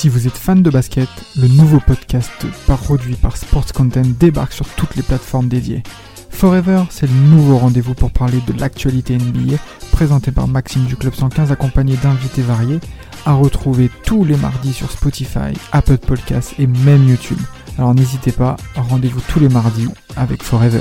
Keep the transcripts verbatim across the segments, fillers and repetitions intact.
Si vous êtes fan de basket, le nouveau podcast produit par Sports Content débarque sur toutes les plateformes dédiées. Forever, c'est le nouveau rendez-vous pour parler de l'actualité N B A, présenté par Maxime du Club cent quinze accompagné d'invités variés, à retrouver tous les mardis sur Spotify, Apple Podcasts et même YouTube. Alors n'hésitez pas, rendez-vous tous les mardis avec Forever.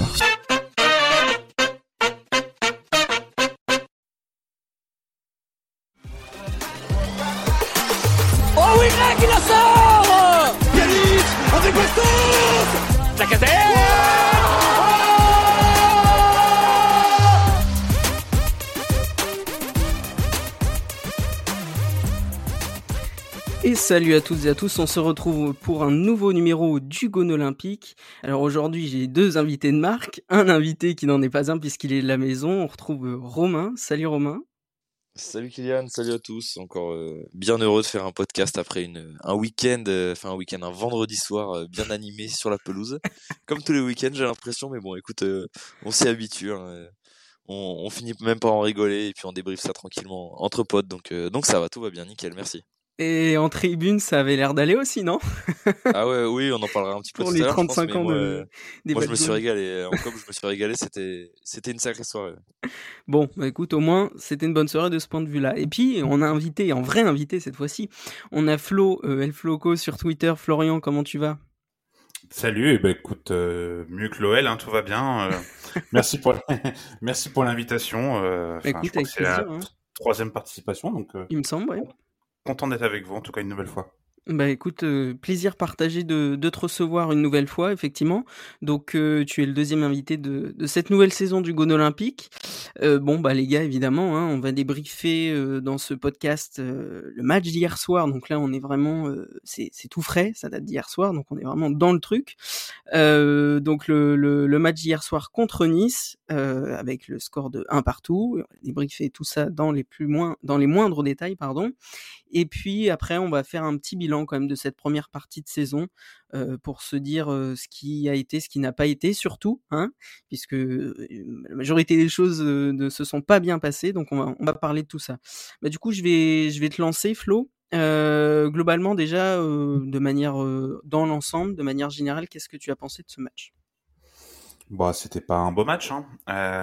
Oh oui, Greg, il la sort Yannick, avec Weston La casette Et salut à toutes et à tous, on se retrouve pour un nouveau numéro du Gone Olympique. Alors aujourd'hui j'ai deux invités de marque, un invité qui n'en est pas un puisqu'il est de la maison, on retrouve Romain. Salut Romain. Salut Kylian, salut à tous, encore euh, bien heureux de faire un podcast après une, un week-end, euh, enfin un week-end, un vendredi soir euh, bien animé sur la pelouse. Comme tous les week-ends j'ai l'impression, mais bon écoute, euh, on s'y habitue, hein, euh, on, on finit même par en rigoler et puis on débriefe ça tranquillement entre potes, donc, euh, donc ça va, tout va bien, nickel, merci. Et en tribune, ça avait l'air d'aller aussi, non? Ah ouais, oui, on en parlera un petit peu Pour tout les à l'heure, je pense, trente-cinq mais ans moi, de, euh, des moi je me suis Bad Boys. régalé, en com je me suis régalé, c'était, c'était une sacrée soirée. Bon, bah écoute, au moins, c'était une bonne soirée de ce point de vue-là. Et puis, on a invité, en vrai invité cette fois-ci, on a Flo, euh, El Floco sur Twitter. Florian, comment tu vas? Salut, et ben écoute, euh, mieux que l'O L, hein, tout va bien. Euh, merci pour merci pour l'invitation. Euh, Bah enfin, je écoute, crois avec que c'est la plaisir, hein. troisième participation, donc euh, Il me semble, ouais. content d'être avec vous, en tout cas une nouvelle fois. Bah écoute, euh, plaisir partagé de, de te recevoir une nouvelle fois, effectivement. Donc euh, tu es le deuxième invité de, de cette nouvelle saison du Gone Olympique. Euh, bon bah les gars, évidemment, hein, on va débriefer euh, dans ce podcast euh, le match d'hier soir. Donc là, on est vraiment, euh, c'est, c'est tout frais, ça date d'hier soir, donc on est vraiment dans le truc. Euh, donc le, le, le match d'hier soir contre Nice, euh, avec le score de un partout. On va débriefer tout ça dans les plus moins, dans les moindres détails, pardon. Et puis après, on va faire un petit bilan quand même de cette première partie de saison euh, pour se dire euh, ce qui a été, ce qui n'a pas été, surtout, hein, puisque euh, la majorité des choses euh, ne se sont pas bien passées. Donc on va, on va parler de tout ça. Bah, du coup, je vais, je vais te lancer, Flo. Euh, globalement, déjà, euh, de manière euh, dans l'ensemble, de manière générale, qu'est-ce que tu as pensé de ce match? Bon, c'était pas un beau match, hein.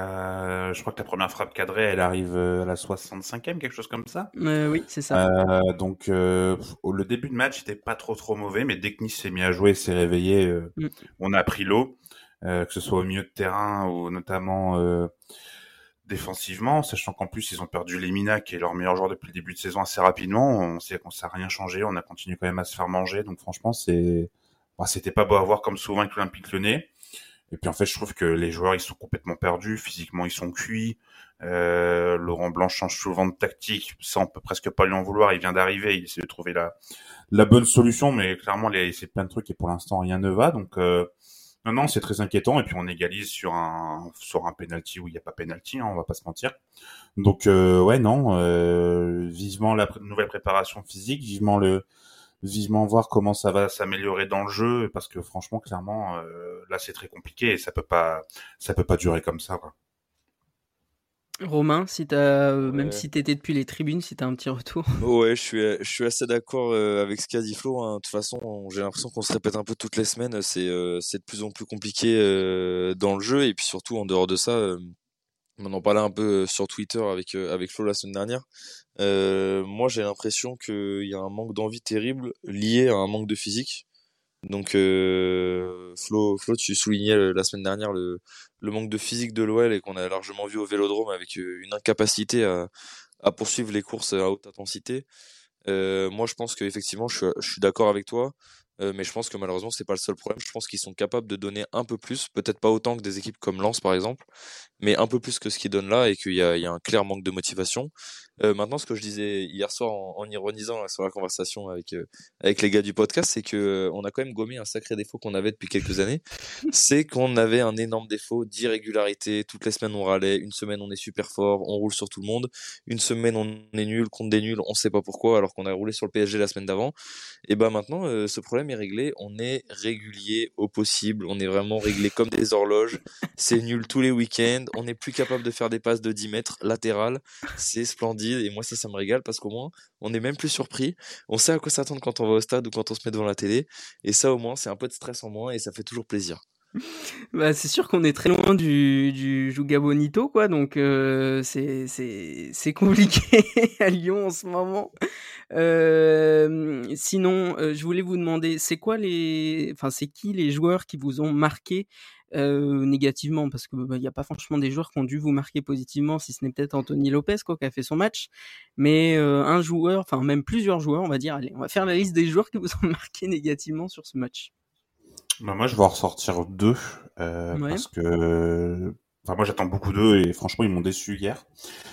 Euh, je crois que la première frappe cadrée, elle arrive euh, à la soixante-cinquième, quelque chose comme ça. euh, Oui, c'est ça. Euh, donc euh, le début de match était pas trop trop mauvais, mais dès que Nice s'est mis à jouer, s'est réveillé, euh, Mm. on a pris l'eau, euh, que ce soit au milieu de terrain ou notamment euh, défensivement, sachant qu'en plus ils ont perdu Lemina qui est leur meilleur joueur depuis le début de saison assez rapidement. On sait qu'on s'est rien changé, on a continué quand même à se faire manger, donc franchement c'est, bah, c'était pas beau à voir comme souvent avec l'Olympique Lyonnais. Et puis en fait je trouve que les joueurs ils sont complètement perdus, physiquement ils sont cuits. Euh, Laurent Blanc change souvent de tactique, ça on peut presque pas lui en vouloir. Il vient d'arriver, il essaie de trouver la la bonne solution, mais clairement les, c'est plein de trucs et pour l'instant rien ne va. Donc euh, non, non, c'est très inquiétant. Et puis on égalise sur un sur un penalty où il n'y a pas penalty, hein, on va pas se mentir. Donc euh, ouais, non, euh, vivement la pr- nouvelle préparation physique, vivement le vivement voir comment ça va s'améliorer dans le jeu, parce que franchement, clairement, euh, là c'est très compliqué et ça peut pas ça peut pas durer comme ça, quoi. Romain, si t'as, euh, même Ouais. si t'étais depuis les tribunes, si t'as un petit retour. Ouais, je suis, je suis assez d'accord euh, avec ce qu'a dit Flo, hein. De toute façon, on- j'ai l'impression qu'on se répète un peu toutes les semaines. C'est, euh, c'est de plus en plus compliqué euh, dans le jeu et puis surtout en dehors de ça, euh, on en parlait un peu euh, sur Twitter avec euh, avec Flo la semaine dernière. Euh, moi, j'ai l'impression qu'il y a un manque d'envie terrible lié à un manque de physique. Donc, euh, Flo, Flo, tu soulignais euh, la semaine dernière le, le manque de physique de l'O L et qu'on a largement vu au Vélodrome avec euh, une incapacité à, à poursuivre les courses à haute intensité. Euh, moi, je pense qu'effectivement, je suis, je suis d'accord avec toi, euh, mais je pense que malheureusement, c'est pas le seul problème. Je pense qu'ils sont capables de donner un peu plus, peut-être pas autant que des équipes comme Lens, par exemple, mais un peu plus que ce qu'ils donnent là et qu'il y a, il y a un clair manque de motivation. Euh, maintenant, ce que je disais hier soir en, en ironisant là, sur la conversation avec euh, avec les gars du podcast, c'est que euh, on a quand même gommé un sacré défaut qu'on avait depuis quelques années. C'est qu'on avait un énorme défaut d'irrégularité. Toutes les semaines, on râlait. Une semaine, on est super fort, on roule sur tout le monde. Une semaine, on est nul contre des nuls, on sait pas pourquoi, alors qu'on a roulé sur le P S G la semaine d'avant. Et ben maintenant, euh, ce problème est réglé. On est régulier au possible. On est vraiment réglé comme des horloges. C'est nul tous les week-ends. On n'est plus capable de faire des passes de dix mètres latérales. C'est splendide. vide. Et moi, ça, ça me régale parce qu'au moins, on est même plus surpris. On sait à quoi s'attendre quand on va au stade ou quand on se met devant la télé. Et ça, au moins, c'est un peu de stress en moins et ça fait toujours plaisir. Bah, c'est sûr qu'on est très loin du, du Juga Bonito, quoi. Donc, euh, c'est, c'est, c'est compliqué à Lyon en ce moment. Euh, sinon, euh, je voulais vous demander, c'est quoi les, enfin, c'est qui les joueurs qui vous ont marqué euh, négativement, parce que il bah, y a pas franchement des joueurs qui ont dû vous marquer positivement, si ce n'est peut-être Anthony Lopez, quoi, qui a fait son match, mais euh, un joueur, enfin même plusieurs joueurs, on va dire, allez, on va faire la liste des joueurs qui vous ont marqué négativement sur ce match. Bah moi, je vais en ressortir deux, euh, Ouais. parce que, enfin, moi, j'attends beaucoup d'eux et franchement, ils m'ont déçu hier.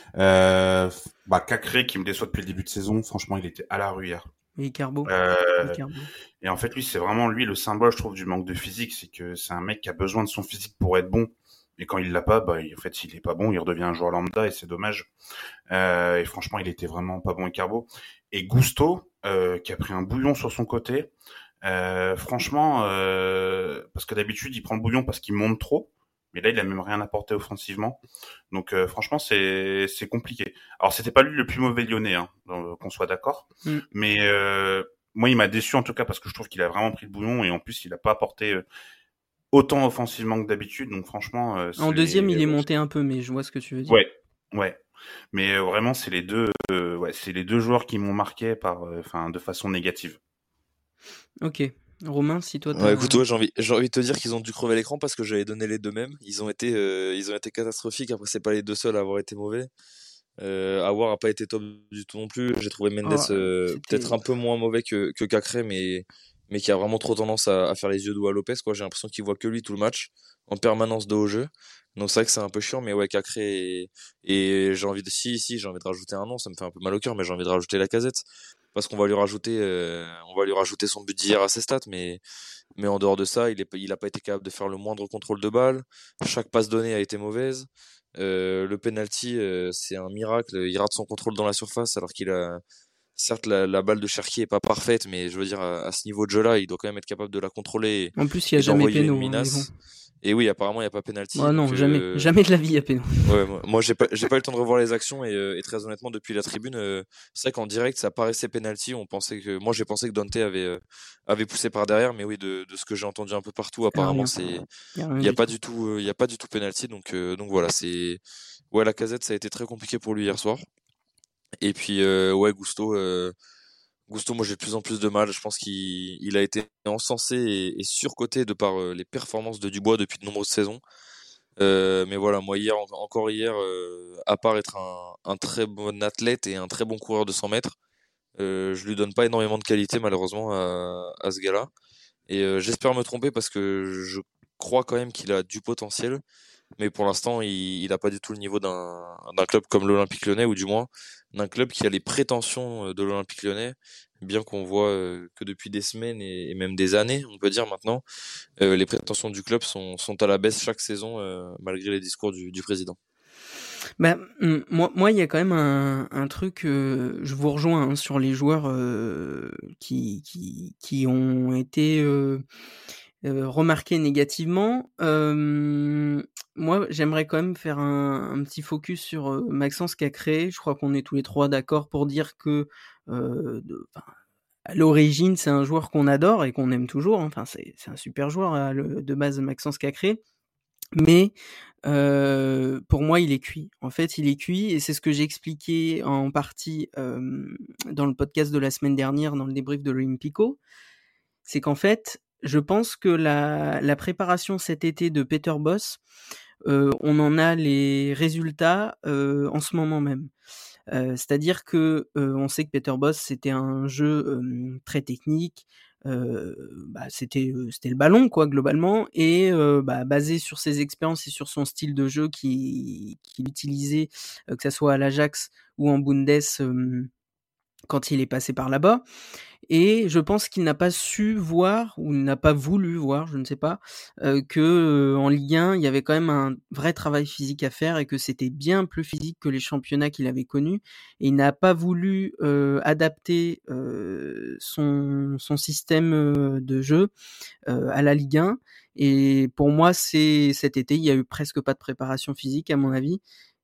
Euh, bah, Cacré, qui me déçoit depuis le début de saison, franchement, il était à la rue hier. Et Carbo. Euh, Et Carbo. et en fait, lui, c'est vraiment lui le symbole, je trouve, du manque de physique. C'est que c'est un mec qui a besoin de son physique pour être bon. Et quand il l'a pas, bah, en fait, s'il est pas bon, il redevient un joueur lambda et c'est dommage. Euh, et franchement, il était vraiment pas bon et Carbo. Et Gusto, euh, qui a pris un bouillon sur son côté. Euh, franchement, euh, parce que d'habitude, il prend le bouillon parce qu'il monte trop. Mais là, il a même rien apporté offensivement. Donc, euh, franchement, c'est c'est compliqué. Alors, c'était pas lui le plus mauvais Lyonnais, hein, qu'on soit d'accord. Mm. Mais euh, moi, il m'a déçu en tout cas parce que je trouve qu'il a vraiment pris le bouillon et en plus, il a pas apporté euh, autant offensivement que d'habitude. Donc, franchement, euh, en deuxième, les... il est monté un peu, mais je vois ce que tu veux dire. Ouais, ouais. Mais euh, vraiment, c'est les deux, euh, ouais, c'est les deux joueurs qui m'ont marqué par, enfin, euh, de façon négative. Ok. Romain, si toi t'as... Ouais, écoute, ouais, j'ai envie, j'ai envie de te dire qu'ils ont dû crever l'écran parce que j'avais donné les deux mêmes. Ils ont été, euh, ils ont été catastrophiques. Après, c'est pas les deux seuls à avoir été mauvais. Euh, Awar a pas été top du tout non plus. J'ai trouvé Mendes oh, euh, peut-être un peu moins mauvais que, que Cacré, mais, mais qui a vraiment trop tendance à, à faire les yeux doux à Lopez, quoi. J'ai l'impression qu'il voit que lui tout le match, en permanence de haut jeu. Donc c'est vrai que c'est un peu chiant, mais ouais, Cacré et, et j'ai envie de, si, si, j'ai envie de rajouter un nom, ça me fait un peu mal au cœur, mais j'ai envie de rajouter Lacazette. Parce qu'on va lui rajouter, euh, on va lui rajouter son but d'hier à ses stats, mais, mais en dehors de ça, il est, il a pas été capable de faire le moindre contrôle de balle. Chaque passe donnée a été mauvaise. Euh, le penalty, euh, c'est un miracle. Il rate son contrôle dans la surface alors qu'il a, certes, la, la balle de Cherki est pas parfaite, mais je veux dire, à, à ce niveau de jeu-là, il doit quand même être capable de la contrôler. Et, en plus, il y a jamais péno, une menace. Hein, et oui, apparemment, il n'y a pas penalty. Oh non, donc, jamais, euh... jamais de la vie, il y a péno. Ouais, moi, moi j'ai pas, j'ai pas eu le temps de revoir les actions et, euh, et très honnêtement, depuis la tribune, euh, c'est vrai qu'en direct, ça paraissait penalty. On pensait que, moi, j'ai pensé que Dante avait, euh, avait poussé par derrière, mais oui, de, de ce que j'ai entendu un peu partout, apparemment, c'est, il y a pas du tout, il y a pas du tout penalty. Donc, euh, donc voilà, c'est, ouais, Lacazette, ça a été très compliqué pour lui hier soir. Et puis, euh, ouais, Gusto. Euh, Gusto, moi j'ai de plus en plus de mal. Je pense qu'il il a été encensé et, et surcoté de par euh, les performances de Dubois depuis de nombreuses saisons. Euh, mais voilà, moi hier, en, encore hier, euh, à part être un, un très bon athlète et un très bon coureur de cent mètres, euh, je lui donne pas énormément de qualité malheureusement à, à ce gars-là. Et euh, j'espère me tromper parce que je crois quand même qu'il a du potentiel. Mais pour l'instant, il, il a pas du tout le niveau d'un, d'un club comme l'Olympique Lyonnais, ou du moins d'un club qui a les prétentions de l'Olympique Lyonnais, bien qu'on voit euh, que depuis des semaines et, et même des années, on peut dire maintenant, euh, les prétentions du club sont, sont à la baisse chaque saison, euh, malgré les discours du, du président. Bah, moi, moi, il y a quand même un, un truc. Euh, je vous rejoins hein, sur les joueurs euh, qui, qui, qui ont été euh, euh, remarqués négativement. Euh, moi, j'aimerais quand même faire un, un petit focus sur euh, Maxence Cacré. Je crois qu'on est tous les trois d'accord pour dire que, euh, de, à l'origine, c'est un joueur qu'on adore et qu'on aime toujours. Enfin, c'est, c'est un super joueur hein, le, de base, Maxence Cacré. Mais euh, pour moi, il est cuit. En fait, il est cuit et c'est ce que j'ai expliqué en partie euh, dans le podcast de la semaine dernière, dans le débrief de l'Olympico. C'est qu'en fait, je pense que la, la préparation cet été de Peter Bosz, euh, on en a les résultats euh, en ce moment même. Euh, c'est-à-dire que euh, on sait que Peter Bosz, c'était un jeu euh, très technique. Euh, bah, c'était c'était le ballon quoi globalement et euh, bah, basé sur ses expériences et sur son style de jeu qu'il qu'il utilisait euh, que ça soit à l'Ajax ou en Bundes euh, quand il est passé par là-bas. Et je pense qu'il n'a pas su voir, ou n'a pas voulu voir, je ne sais pas, euh, que euh, en Ligue un, il y avait quand même un vrai travail physique à faire et que c'était bien plus physique que les championnats qu'il avait connus. Et il n'a pas voulu euh, adapter euh, son, son système euh, de jeu euh, à la Ligue un. Et pour moi, c'est cet été, il y a eu presque pas de préparation physique, à mon avis.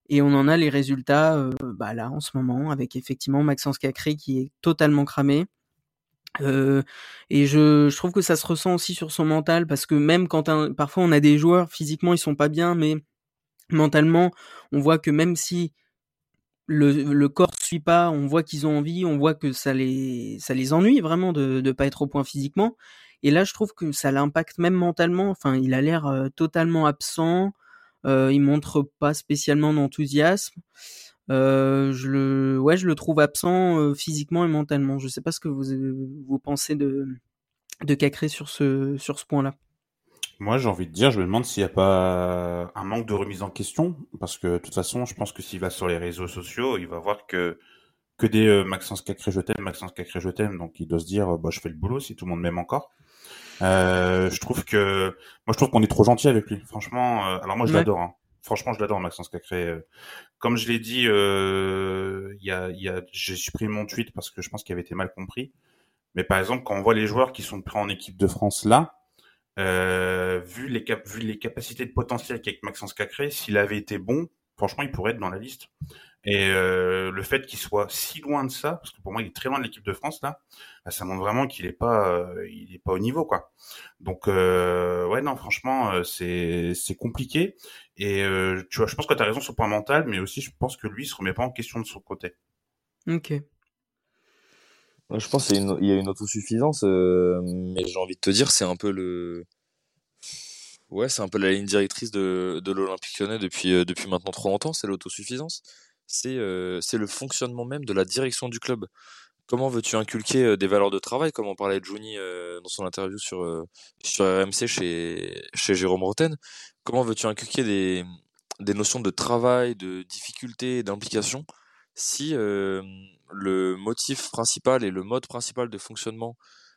Et on en a les résultats euh, bah là en ce moment avec effectivement Maxence Cacré qui est totalement cramé. Euh, et je, je trouve que ça se ressent aussi sur son mental parce que même quand un, parfois on a des joueurs physiquement ils sont pas bien, mais mentalement on voit que même si le, le corps suit pas, on voit qu'ils ont envie, on voit que ça les ça les ennuie vraiment de de pas être au point physiquement. Et là je trouve que ça l'impacte même mentalement. Enfin il a l'air euh, totalement absent. Euh, il montre pas spécialement d'enthousiasme. Euh, je le, ouais, je le trouve absent euh, physiquement et mentalement. Je sais pas ce que vous vous pensez de de Cacré sur ce sur ce point-là. Moi, j'ai envie de dire, je me demande s'il n'y a pas un manque de remise en question, parce que de toute façon, je pense que s'il va sur les réseaux sociaux, il va voir que que des euh, Maxence Cacré je t'aime, Maxence Cacré je t'aime, donc il doit se dire, bah je fais le boulot si tout le monde m'aime encore. Euh, je trouve que, moi je trouve qu'on est trop gentil avec lui. Franchement, euh, alors moi je Ouais. l'adore. Hein. Franchement, je l'adore, Maxence Cacré. Euh, Comme je l'ai dit, euh, il y a, il y a, j'ai supprimé mon tweet parce que je pense qu'il avait été mal compris. Mais par exemple, quand on voit les joueurs qui sont pris en équipe de France là, euh, vu les cap- vu les capacités de potentiel qu'avec Maxence Cacré, s'il avait été bon, franchement, il pourrait être dans la liste. Et euh, le fait qu'il soit si loin de ça, parce que pour moi, il est très loin de l'équipe de France là, bah, ça montre vraiment qu'il est pas, euh, il est pas au niveau quoi. Donc euh, ouais, non, franchement, euh, c'est c'est compliqué. Et euh, tu vois, je pense que tu as raison sur le point mental, mais aussi je pense que lui il se remet pas en question de son côté. Ok. Ouais, je pense qu'il y a une, il y a une autosuffisance, euh, mais j'ai envie de te dire, c'est un peu le, ouais, c'est un peu la ligne directrice de, de l'Olympique Lyonnais depuis, euh, depuis maintenant trop longtemps, c'est l'autosuffisance. C'est, euh, c'est le fonctionnement même de la direction du club. Comment veux-tu inculquer euh, des valeurs de travail, comme en parlait Juni euh, dans son interview sur, euh, sur R M C chez, chez Jérôme Roten? Comment veux-tu inculquer des, des notions de travail, de difficulté, et d'implication, si euh, le motif principal et le mode principal de fonctionnement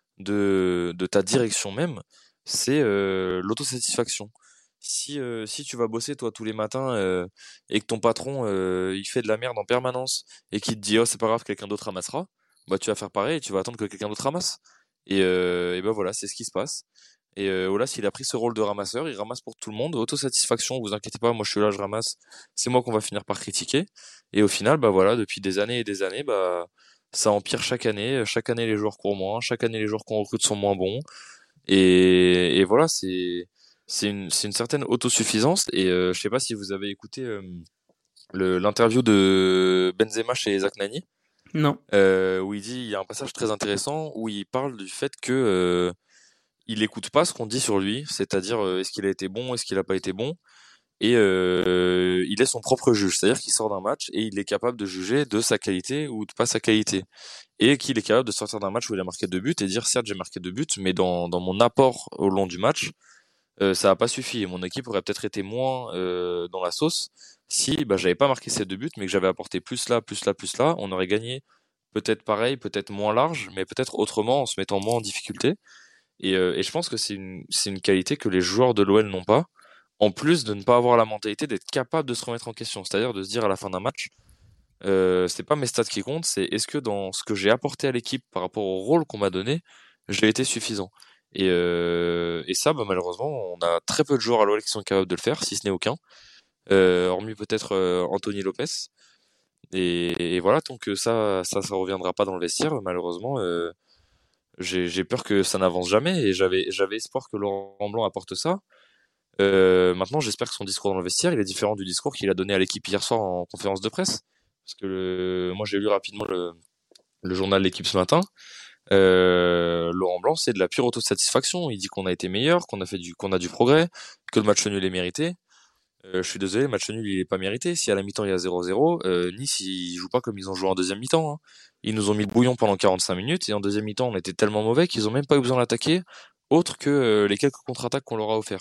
de, de ta direction même, c'est euh, l'autosatisfaction. Si, euh, si tu vas bosser toi tous les matins euh, et que ton patron euh, il fait de la merde en permanence et qu'il te dit oh c'est pas grave quelqu'un d'autre ramassera, bah tu vas faire pareil et tu vas attendre que quelqu'un d'autre ramasse. Et, euh, et ben voilà, c'est ce qui se passe. Et euh, Olas, il a pris ce rôle de ramasseur, il ramasse pour tout le monde, autosatisfaction, vous inquiétez pas, moi je suis là, je ramasse, c'est moi qu'on va finir par critiquer. Et au final, bah voilà, depuis des années et des années, bah ça empire chaque année, chaque année les joueurs courent moins, chaque année les joueurs qu'on recrute sont moins bons. Et, et voilà, c'est c'est une, c'est une certaine autosuffisance. Et euh, je sais pas si vous avez écouté euh, le, l'interview de Benzema chez Zach Nani, Non. euh, où il dit, il y a un passage très intéressant où il parle du fait que euh, il écoute pas ce qu'on dit sur lui, c'est-à-dire euh, est-ce qu'il a été bon, est-ce qu'il a pas été bon, et euh, il est son propre juge, c'est-à-dire qu'il sort d'un match et il est capable de juger de sa qualité ou de pas sa qualité, et qu'il est capable de sortir d'un match où il a marqué deux buts et dire certes j'ai marqué deux buts, mais dans, dans mon apport au long du match, euh, ça a pas suffi et mon équipe aurait peut-être été moins euh, dans la sauce si bah, j'avais pas marqué ces deux buts, mais que j'avais apporté plus là, plus là, plus là, on aurait gagné peut-être pareil, peut-être moins large, mais peut-être autrement en se mettant moins en difficulté. Et, euh, et je pense que c'est une, c'est une qualité que les joueurs de l'O L n'ont pas, en plus de ne pas avoir la mentalité d'être capable de se remettre en question, c'est-à-dire de se dire à la fin d'un match, euh, c'est pas mes stats qui comptent, c'est est-ce que dans ce que j'ai apporté à l'équipe par rapport au rôle qu'on m'a donné, j'ai été suffisant. Et, euh, et ça, bah, malheureusement, on a très peu de joueurs à l'O L qui sont capables de le faire, si ce n'est aucun, euh, hormis peut-être euh, Anthony Lopez. Et, et voilà, donc ça, ça, ça reviendra pas dans le vestiaire, malheureusement. Euh, j'ai, j'ai peur que ça n'avance jamais, et j'avais, j'avais espoir que Laurent Blanc apporte ça. Euh, maintenant, j'espère que son discours dans le vestiaire, il est différent du discours qu'il a donné à l'équipe hier soir en conférence de presse. Parce que le, moi, j'ai lu rapidement le, le journal de l'équipe ce matin. Euh, Laurent Blanc, c'est de la pure autosatisfaction. Il dit qu'on a été meilleur, qu'on a fait du, qu'on a du progrès, que le match nul est mérité. Euh, je suis désolé, le match nul, il est pas mérité. Si à la mi-temps, il y a zéro zéro, euh, Nice, ils jouent pas comme ils ont joué en deuxième mi-temps, hein. Ils nous ont mis le bouillon pendant quarante-cinq minutes, et en deuxième mi-temps, on était tellement mauvais qu'ils ont même pas eu besoin d'attaquer, autre que euh, les quelques contre-attaques qu'on leur a offert.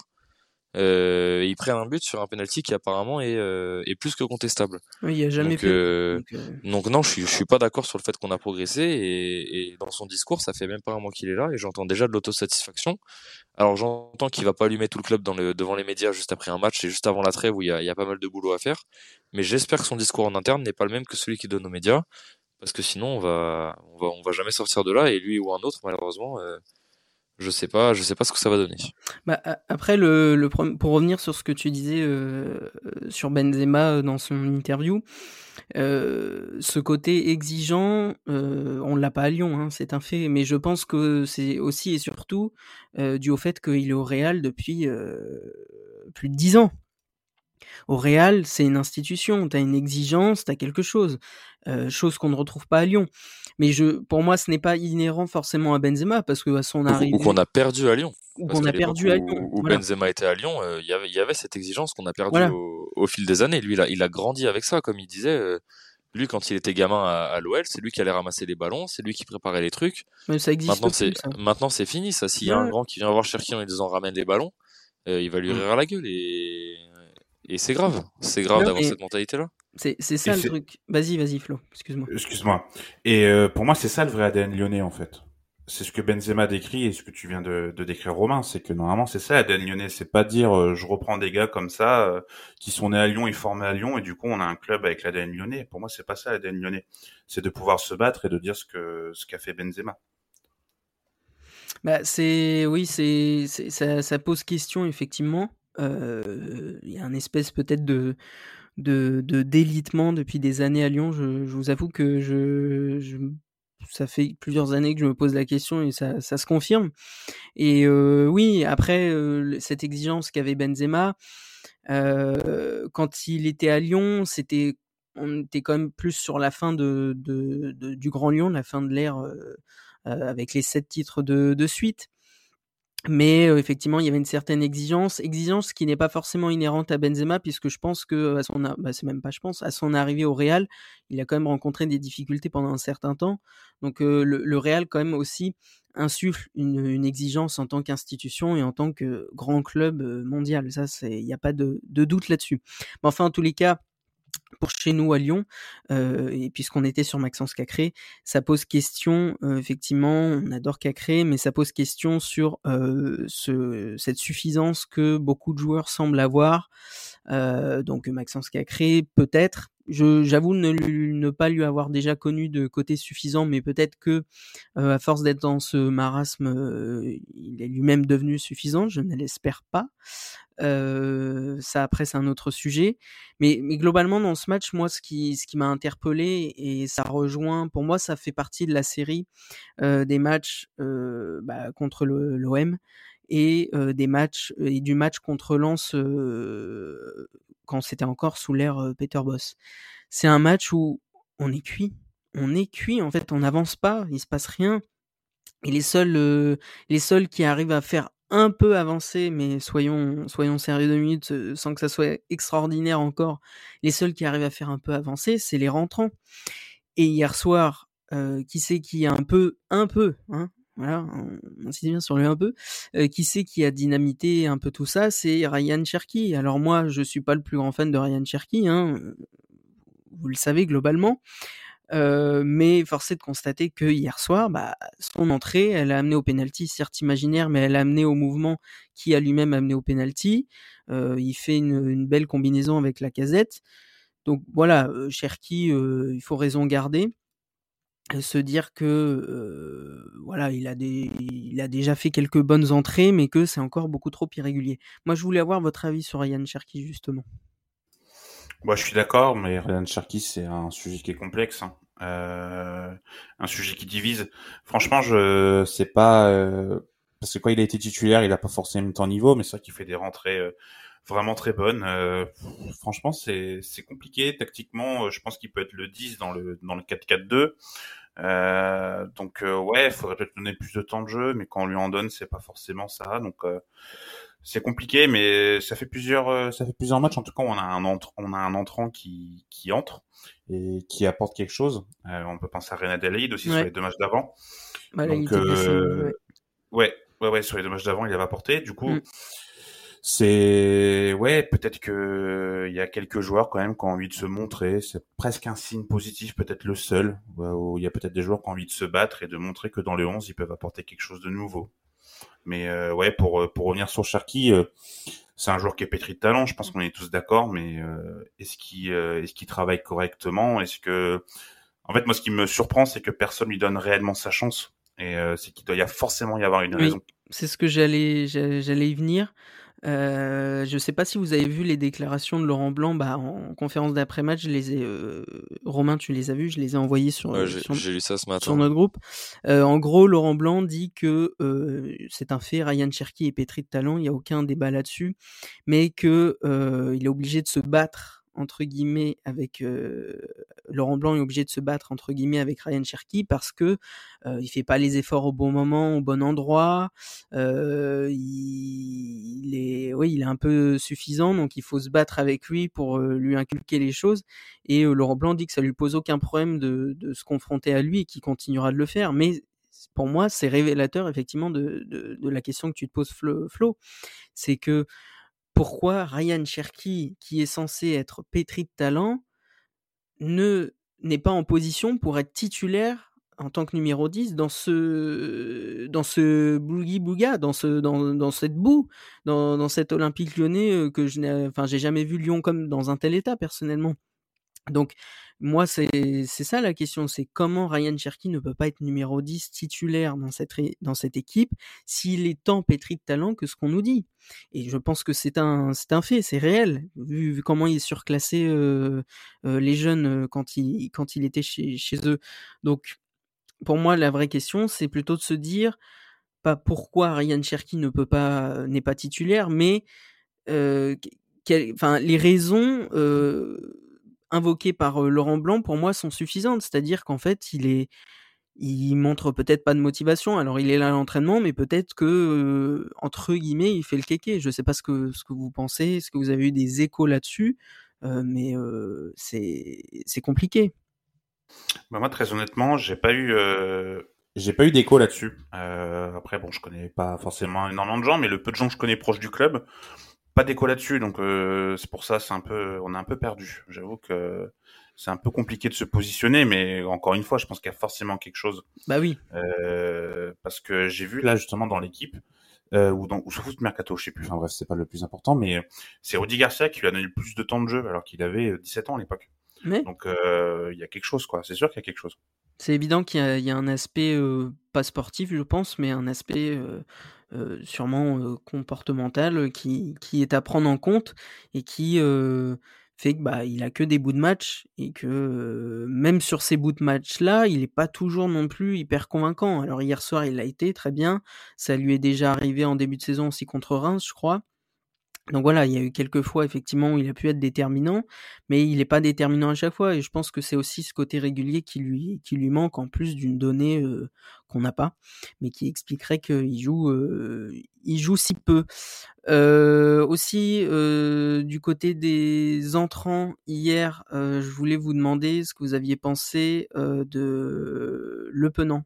Euh, ils prennent un but sur un penalty qui apparemment est, euh, est plus que contestable. Oui, il y a jamais Donc, fait. euh, Donc, euh, donc non, je suis, je suis pas d'accord sur le fait qu'on a progressé, et, et dans son discours, ça fait même pas un mois qu'il est là, et j'entends déjà de l'autosatisfaction. Alors j'entends qu'il va pas allumer tout le club dans le, devant les médias juste après un match et juste avant la trêve où il y a, il y a pas mal de boulot à faire, mais j'espère que son discours en interne n'est pas le même que celui qu'il donne aux médias, parce que sinon on va, on va, on va jamais sortir de là, et lui ou un autre malheureusement euh, je sais pas, je sais pas ce que ça va donner. Bah, après, le, le pour revenir sur ce que tu disais euh, sur Benzema dans son interview, euh, ce côté exigeant, euh, on l'a pas à Lyon, hein, c'est un fait, mais je pense que c'est aussi et surtout euh, dû au fait qu'il est au Real depuis euh, plus de dix ans. Au Real, c'est une institution, tu as une exigence, tu as quelque chose, euh, chose qu'on ne retrouve pas à Lyon. Mais je, pour moi, ce n'est pas inhérent forcément à Benzema, parce que à son arrivée... Ou qu'on a perdu à Lyon. Ou Parce qu'on a perdu où, à Lyon. Où voilà. Benzema était à Lyon, il euh, y, avait, y avait cette exigence qu'on a perdue voilà. au, au fil des années. Lui, il a, il a grandi avec ça, comme il disait. Euh, lui, quand il était gamin à, à l'O L, c'est lui qui allait ramasser les ballons, c'est lui qui préparait les trucs. Mais ça existe maintenant, plus, c'est, ça. maintenant, c'est fini, ça. S'il ouais. y a un grand qui vient voir Cherki en lui disant ramène les ballons, euh, il va lui rire à la gueule et... Et c'est grave, c'est grave non, d'avoir cette mentalité-là. C'est, c'est ça et le c'est... truc. Vas-y, vas-y Flo, excuse-moi. Excuse-moi. Et euh, pour moi, c'est ça le vrai A D N lyonnais en fait. C'est ce que Benzema décrit et ce que tu viens de, de décrire Romain, c'est que normalement c'est ça l'A D N lyonnais, c'est pas dire euh, je reprends des gars comme ça euh, qui sont nés à Lyon et formés à Lyon et du coup on a un club avec l'A D N lyonnais. Pour moi, c'est pas ça l'A D N lyonnais. C'est de pouvoir se battre et de dire ce que ce qu'a fait Benzema. Bah c'est oui, c'est, c'est ça, ça pose question effectivement. Il euh, y a un espèce peut-être de, de, de délitement depuis des années à Lyon. Je, je vous avoue que je, je, ça fait plusieurs années que je me pose la question et ça, ça se confirme. Et euh, oui, après, euh, cette exigence qu'avait Benzema, euh, quand il était à Lyon, c'était, on était quand même plus sur la fin de, de, de du Grand Lyon, la fin de l'ère euh, euh, avec les sept titres de, de suite. Mais euh, effectivement, il y avait une certaine exigence, exigence qui n'est pas forcément inhérente à Benzema, puisque je pense que à son, bah, c'est même pas je pense, à son arrivée au Real, il a quand même rencontré des difficultés pendant un certain temps. Donc euh, le, le Real quand même aussi insuffle une, une exigence en tant qu'institution et en tant que grand club mondial. Ça, c'est, il n'y a pas de, de doute là-dessus. Mais enfin, en tous les cas, pour chez nous à Lyon, euh, et puisqu'on était sur Maxence Cacré, ça pose question, euh, effectivement, on adore Cacré, mais ça pose question sur euh, ce, cette suffisance que beaucoup de joueurs semblent avoir. Euh, donc Maxence Cacré, peut-être, je, j'avoue ne, ne pas lui avoir déjà connu de côté suffisant, mais peut-être que euh, à force d'être dans ce marasme, euh, il est lui-même devenu suffisant, je ne l'espère pas. Euh, ça après c'est un autre sujet, mais, mais globalement dans ce match, moi ce qui, ce qui m'a interpellé et ça rejoint, pour moi ça fait partie de la série euh, des matchs euh, bah, contre le, l'O M et euh, des matchs et du match contre Lens euh, quand c'était encore sous l'ère euh, Peter Bosz. C'est un match où on est cuit, on est cuit en fait, on n'avance pas, il se passe rien et les seuls euh, les seuls qui arrivent à faire un peu avancer, mais soyons soyons sérieux deux minutes, euh, sans que ça soit extraordinaire encore, les seuls qui arrivent à faire un peu avancer, c'est les rentrants. Et hier soir, euh, qui c'est qui a un peu un peu hein voilà, on insiste bien sur le un peu. Euh, qui c'est qui a dynamité un peu tout ça? C'est Ryan Cherki. Alors moi, je suis pas le plus grand fan de Ryan Cherki, hein, vous le savez globalement. Euh, mais force est de constater que hier soir, bah, son entrée, elle a amené au penalty, certes imaginaire, mais elle a amené au mouvement qui a lui-même amené au penalty. Euh, il fait une, une belle combinaison avec Lacazette. Donc voilà, euh, Cherki, euh, il faut raison garder. Se dire que euh, voilà, il a des, il a déjà fait quelques bonnes entrées, mais que c'est encore beaucoup trop irrégulier. Moi, je voulais avoir votre avis sur Ryan Cherki justement. Moi, je suis d'accord, mais Ryan Cherki, c'est un sujet qui est complexe, hein. euh, un sujet qui divise. Franchement, je sais pas euh, parce que quand il a été titulaire, il a pas forcément tant niveau, mais c'est vrai qu'il fait des rentrées euh, vraiment très bonnes. Euh, franchement, c'est c'est compliqué tactiquement. Je pense qu'il peut être le dix dans le dans le quatre quatre deux. Euh, donc euh, ouais, il faudrait peut-être donner plus de temps de jeu, mais quand on lui en donne, c'est pas forcément ça. Donc euh, c'est compliqué, mais ça fait plusieurs, euh, ça fait plusieurs matchs. En tout cas, on a un entre, on a un entrant qui qui entre et qui apporte quelque chose. Euh, on peut penser à René Adelaide aussi ouais. sur les deux matchs d'avant. Bah, Donc euh, blessé, ouais. ouais, ouais, ouais, sur les deux matchs d'avant, il avait apporté. Du coup. Mm. C'est ouais, peut-être que il y a quelques joueurs quand même qui ont envie de se montrer. C'est presque un signe positif, peut-être le seul. Où il y a peut-être des joueurs qui ont envie de se battre et de montrer que dans le onze ils peuvent apporter quelque chose de nouveau. Mais euh, ouais, pour pour revenir sur Cherki, euh, c'est un joueur qui est pétri de talent. Je pense qu'on est tous d'accord. Mais euh, est-ce qu'il euh, est-ce qu'il travaille correctement? Est-ce que en fait, moi, ce qui me surprend, c'est que personne lui donne réellement sa chance. Et euh, c'est qu'il doit y a forcément y avoir une oui. raison. c'est ce que j'allais, j'allais y venir. Euh, je sais pas si vous avez vu les déclarations de Laurent Blanc bah, en conférence d'après-match. Je les ai, euh, Romain, tu les as vus, je les ai envoyés sur, ouais, j'ai, sur, j'ai lu ça ce matin. sur notre groupe. Euh, en gros, Laurent Blanc dit que euh, c'est un fait, Ryan Cherki est pétri de talent, il n'y a aucun débat là-dessus, mais que euh, il est obligé de se battre entre guillemets avec euh, Laurent Blanc est obligé de se battre entre guillemets avec Ryan Cherki parce que euh, il fait pas les efforts au bon moment, au bon endroit. Euh, il, il est, oui, il est un peu suffisant, donc il faut se battre avec lui pour euh, lui inculquer les choses. Et euh, Laurent Blanc dit que ça lui pose aucun problème de, de se confronter à lui et qu'il continuera de le faire. Mais pour moi, c'est révélateur effectivement de, de, de la question que tu te poses, Flo. Flo. C'est que pourquoi Ryan Cherki, qui est censé être pétri de talent, ne n'est pas en position pour être titulaire en tant que numéro dix dans ce dans ce boogie-booga, dans ce dans dans cette boue, dans dans cet Olympique Lyonnais que je n'ai enfin j'ai jamais vu Lyon comme dans un tel état personnellement. Donc moi c'est c'est ça la question, c'est comment Ryan Cherki ne peut pas être numéro dix titulaire dans cette dans cette équipe s'il est tant pétri de talent que ce qu'on nous dit. Et je pense que c'est un c'est un fait, c'est réel vu, vu comment il surclassait euh, euh, les jeunes quand il quand il était chez chez eux. Donc pour moi la vraie question c'est plutôt de se dire pas pourquoi Ryan Cherki ne peut pas n'est pas titulaire, mais euh, quel, enfin les raisons euh, invoquées par euh, Laurent Blanc pour moi sont suffisantes, c'est-à-dire qu'en fait il est il montre peut-être pas de motivation, alors il est là à l'entraînement mais peut-être que euh, entre guillemets il fait le kéké. Je sais pas ce que ce que vous pensez, est-ce que vous avez eu des échos là-dessus, euh, mais euh, c'est c'est compliqué. Bah moi très honnêtement j'ai pas eu euh... j'ai pas eu d'écho là-dessus. Euh, après bon je connais pas forcément énormément de gens, mais le peu de gens que je connais proches du club, pas d'écho là-dessus, donc euh, c'est pour ça c'est un peu on est un peu perdu. J'avoue que c'est un peu compliqué de se positionner, mais encore une fois je pense qu'il y a forcément quelque chose. Bah oui. Euh, parce que j'ai vu là justement dans l'équipe euh, ou dans ou sous foot mercato, je sais plus. Enfin bref c'est pas le plus important, mais c'est Rudy Garcia qui lui a donné le plus de temps de jeu alors qu'il avait dix-sept ans à l'époque. Mais donc il euh, y a quelque chose quoi. C'est sûr qu'il y a quelque chose. C'est évident qu'il y a, il y a un aspect euh, pas sportif, je pense, mais un aspect euh, euh, sûrement euh, comportemental qui, qui est à prendre en compte et qui euh, fait que bah il a que des bouts de match et que euh, même sur ces bouts de match là, il est pas toujours non plus hyper convaincant. Alors hier soir, il l'a été très bien. Ça lui est déjà arrivé en début de saison aussi contre Reims, je crois. Donc voilà, il y a eu quelques fois effectivement où il a pu être déterminant, mais il n'est pas déterminant à chaque fois. Et je pense que c'est aussi ce côté régulier qui lui qui lui manque en plus d'une donnée euh, qu'on n'a pas, mais qui expliquerait qu'il joue euh, il joue si peu. Euh, aussi euh, du côté des entrants hier, euh, je voulais vous demander ce que vous aviez pensé euh, de Le Penant.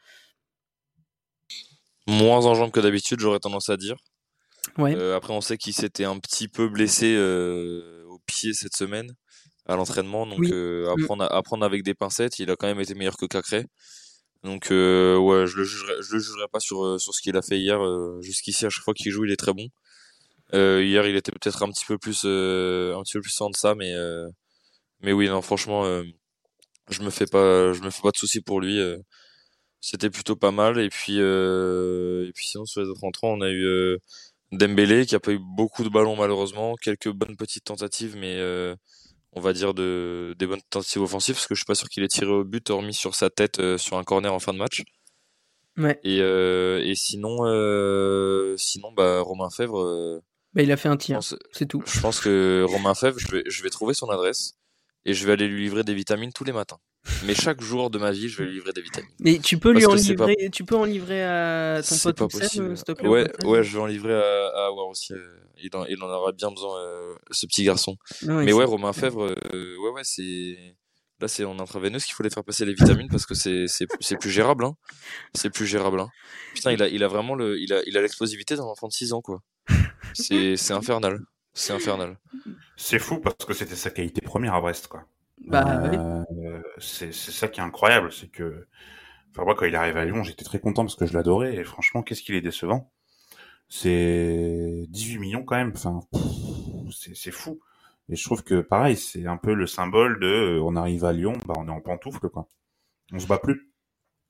Moins en jambes que d'habitude, j'aurais tendance à dire. Ouais. Euh, après, on sait qu'il s'était un petit peu blessé euh, au pied cette semaine à l'entraînement, donc Oui. euh, apprendre, à, apprendre avec des pincettes. Il a quand même été meilleur que Cacré, donc euh, ouais, je le jugerai, je le jugerai pas sur sur ce qu'il a fait hier. Euh, jusqu'ici, à chaque fois qu'il joue, il est très bon. Euh, hier, il était peut-être un petit peu plus euh, un petit peu plus en deçà, mais euh, mais oui, non, franchement, euh, je me fais pas je me fais pas de soucis pour lui. Euh, c'était plutôt pas mal. Et puis euh, et puis sinon sur les autres entrants, on a eu euh, Dembélé qui a pas eu beaucoup de ballons malheureusement, quelques bonnes petites tentatives, mais euh, on va dire de des bonnes tentatives offensives parce que je suis pas sûr qu'il ait tiré au but hormis sur sa tête euh, sur un corner en fin de match. Ouais. Et euh, et sinon euh, sinon bah Romain Fèvre. Euh, bah il a fait un tir, pense, c'est tout. Je pense que Romain Fèvre, je vais je vais trouver son adresse et je vais aller lui livrer des vitamines tous les matins. Mais chaque jour de ma vie, je vais lui livrer des vitamines. Mais tu peux Parce lui en que c'est livrer, pas- tu peux en livrer à ton C'est pote pas Oussem, possible. s'il te plaît, au Ouais, passage. ouais, je vais en livrer à, à Awar aussi. euh, Il en, il en aura bien besoin, euh, ce petit garçon. Ouais, Mais ouais, c'est- Romain Fèvre, euh, ouais, ouais, c'est là, c'est en intraveineuse qu'il faut les faire passer les vitamines parce que c'est c'est c'est plus gérable, hein. C'est plus gérable, hein. Putain, il a il a vraiment le il a il a l'explosivité d'un enfant de six ans, quoi. C'est c'est infernal. C'est infernal. C'est fou parce que c'était sa qualité première à Brest, quoi. Bah ouais. Euh, c'est c'est ça qui est incroyable, c'est que enfin moi quand il arrive à Lyon, j'étais très content parce que je l'adorais et franchement, qu'est-ce qu'il est décevant. C'est dix-huit millions quand même, enfin pff, c'est c'est fou. Et je trouve que pareil, c'est un peu le symbole de euh, on arrive à Lyon, bah on est en pantoufle quoi. On se bat plus.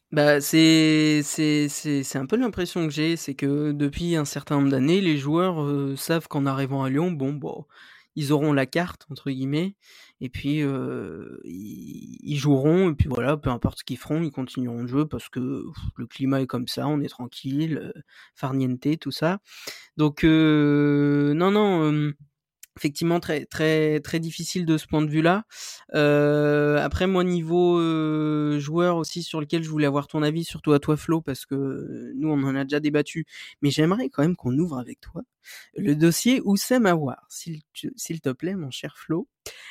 Bah, c'est c'est c'est c'est un peu l'impression que j'ai, c'est que depuis un certain nombre d'années, les joueurs, heu, savent qu'en arrivant à Lyon, bon, bah, ils auront «la carte» entre guillemets et puis, heu, ils ils joueront et puis voilà, peu importe ce qu'ils feront, ils continueront de jouer parce que pff, le climat est comme ça, on est tranquille, heu, far niente, tout ça. Donc heu, non, non, hem effectivement, très très très difficile de ce point de vue-là. Heu, après moi niveau, heu, joueur aussi sur lequel je voulais avoir ton avis, surtout à toi Flo, parce que euh, nous on en a déjà débattu, mais j'aimerais quand même qu'on ouvre avec toi le dossier Houssem Aouar, s'il te s'il te plaît mon cher Flo.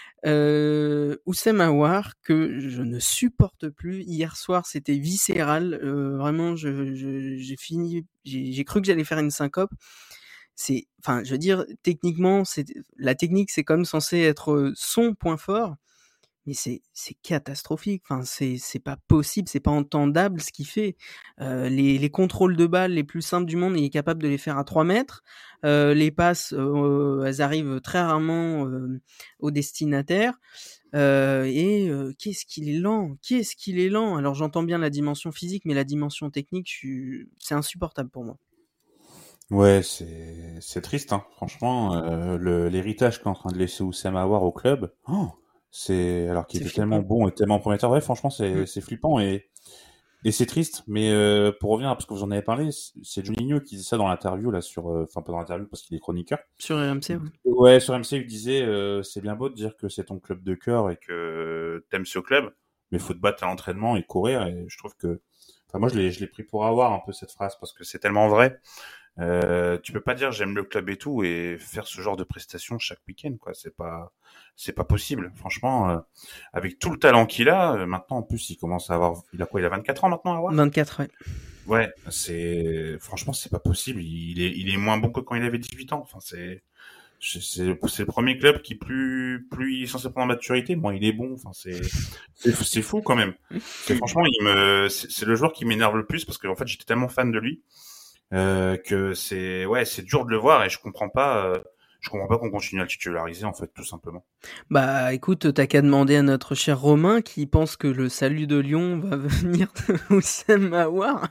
Heu, Houssem Aouar que je ne supporte plus. Hier soir, c'était viscéral, heu, vraiment je je j'ai fini j'ai j'ai cru que j'allais faire une syncope. C'est enfin, je veux dire, techniquement, c'est la technique, c'est quand même censé être, heu, son point fort, mais c'est c'est catastrophique. Enfin, c'est c'est pas possible, c'est pas entendable ce qu'il fait. Heu, les les contrôles de balles les plus simples du monde, il est capable de les faire à trois mètres. Heu, les passes, heu, elles arrivent très rarement, heu, au destinataire. Heu et heu, qu'est-ce qu'il est lent! Qu'est-ce qu'il est lent! Alors j'entends bien la dimension physique, mais la dimension technique, je suis c'est insupportable pour moi. Ouais, c'est c'est triste, hein. Franchement, euh, le l'héritage qu'est en train de laisser Oussem Aouar au club, oh, c'est alors qu'il C'est était tellement flippant. bon et tellement prometteur. Ouais, franchement, c'est Mmh. c'est flippant et et c'est triste. Mais euh, pour revenir, parce que vous en avez parlé, c'est Juninho qui disait ça dans l'interview là sur, euh, enfin pas dans l'interview parce qu'il est chroniqueur. Sur R M C, Il- ouais. Ouais, sur M C, il disait euh, c'est bien beau de dire que c'est ton club de cœur et que t'aimes ce club, mais faut te battre à l'entraînement et courir. Et je trouve que, enfin moi je l'ai je l'ai pris pour avoir un peu cette phrase parce que c'est tellement vrai. Euh, tu peux pas dire j'aime le club et tout et faire ce genre de prestations chaque week-end, quoi. C'est pas, c'est pas possible. Franchement, euh, avec tout le talent qu'il a, euh, maintenant en plus il commence à avoir, il a quoi, il a vingt-quatre ans maintenant à avoir. vingt-quatre, ouais. Ouais, c'est, franchement c'est pas possible. Il est, il est moins bon que quand il avait dix-huit ans. Enfin c'est, c'est, c'est c'est le premier club qui plus, plus il est censé prendre en maturité. Bon, il est bon. Enfin c'est, c'est, c'est fou quand même. C'est franchement, il me, c'est, c'est le joueur qui m'énerve le plus parce que en fait j'étais tellement fan de lui. Euh, que c'est ouais c'est dur de le voir et je comprends pas euh, je comprends pas qu'on continue à le titulariser en fait tout simplement. Bah écoute, t'as qu'à demander à notre cher Romain qui pense que le salut de Lyon va venir de Houssem Aouar.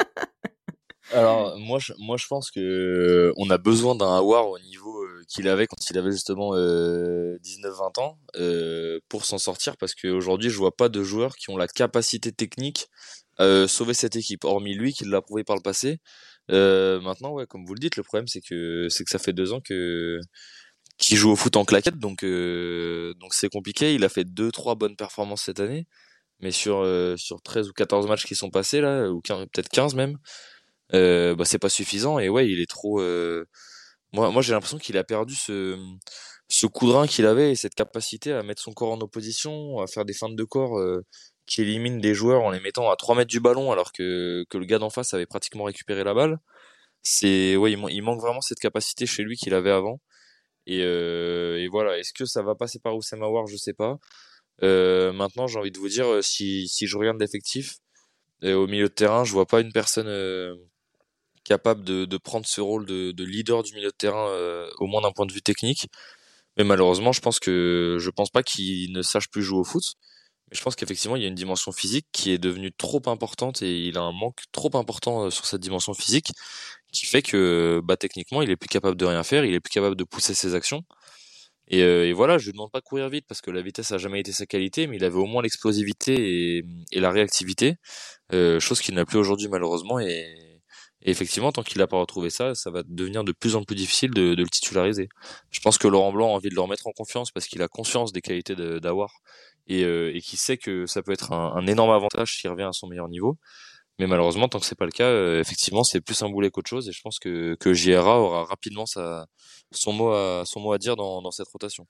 Alors moi je moi je pense que euh, on a besoin d'un Aouar au niveau euh, qu'il avait quand il avait justement euh, dix-neuf vingt ans euh, pour s'en sortir parce qu'aujourd'hui je vois pas de joueurs qui ont la capacité technique à euh, sauver cette équipe hormis lui qui l'a prouvé par le passé. Euh, maintenant ouais comme vous le dites le problème c'est que c'est que ça fait deux ans que qu'il joue au foot en claquette donc euh, donc c'est compliqué. Il a fait deux trois bonnes performances cette année mais sur euh, sur treize ou quatorze matchs qui sont passés là ou quinze, peut-être quinze même euh, bah c'est pas suffisant et ouais il est trop euh, moi moi j'ai l'impression qu'il a perdu ce ce coup de rein qu'il avait et cette capacité à mettre son corps en opposition à faire des feintes de corps euh, qui éliminent des joueurs en les mettant à trois mètres du ballon alors que que le gars d'en face avait pratiquement récupéré la balle. C'est ouais il, man- il manque vraiment cette capacité chez lui qu'il avait avant et euh, et voilà, est-ce que ça va passer par Oussem Aouar, je sais pas. Euh, maintenant j'ai envie de vous dire euh, si si je regarde l'effectif euh, au milieu de terrain je vois pas une personne euh, capable de, de prendre ce rôle de, de leader du milieu de terrain, euh, au moins d'un point de vue technique. Mais malheureusement, je pense que je pense pas qu'il ne sache plus jouer au foot. Mais je pense qu'effectivement, il y a une dimension physique qui est devenue trop importante et il a un manque trop important euh, sur cette dimension physique qui fait que bah, techniquement, il est plus capable de rien faire, il est plus capable de pousser ses actions. Et, euh, et voilà, je lui demande pas de courir vite parce que la vitesse a jamais été sa qualité, mais il avait au moins l'explosivité et, et la réactivité, euh, chose qu'il n'a plus aujourd'hui malheureusement. Et, et effectivement, tant qu'il n'a pas retrouvé ça, ça va devenir de plus en plus difficile de, de le titulariser. Je pense que Laurent Blanc a envie de le remettre en confiance parce qu'il a conscience des qualités de- d'Aouar et, euh, et qu'il sait que ça peut être un, un énorme avantage s'il revient à son meilleur niveau. Mais malheureusement, tant que c'est pas le cas, euh, effectivement, c'est plus un boulet qu'autre chose. Et je pense que, que J R A aura rapidement sa, son mot à, son mot à dire dans, dans cette rotation.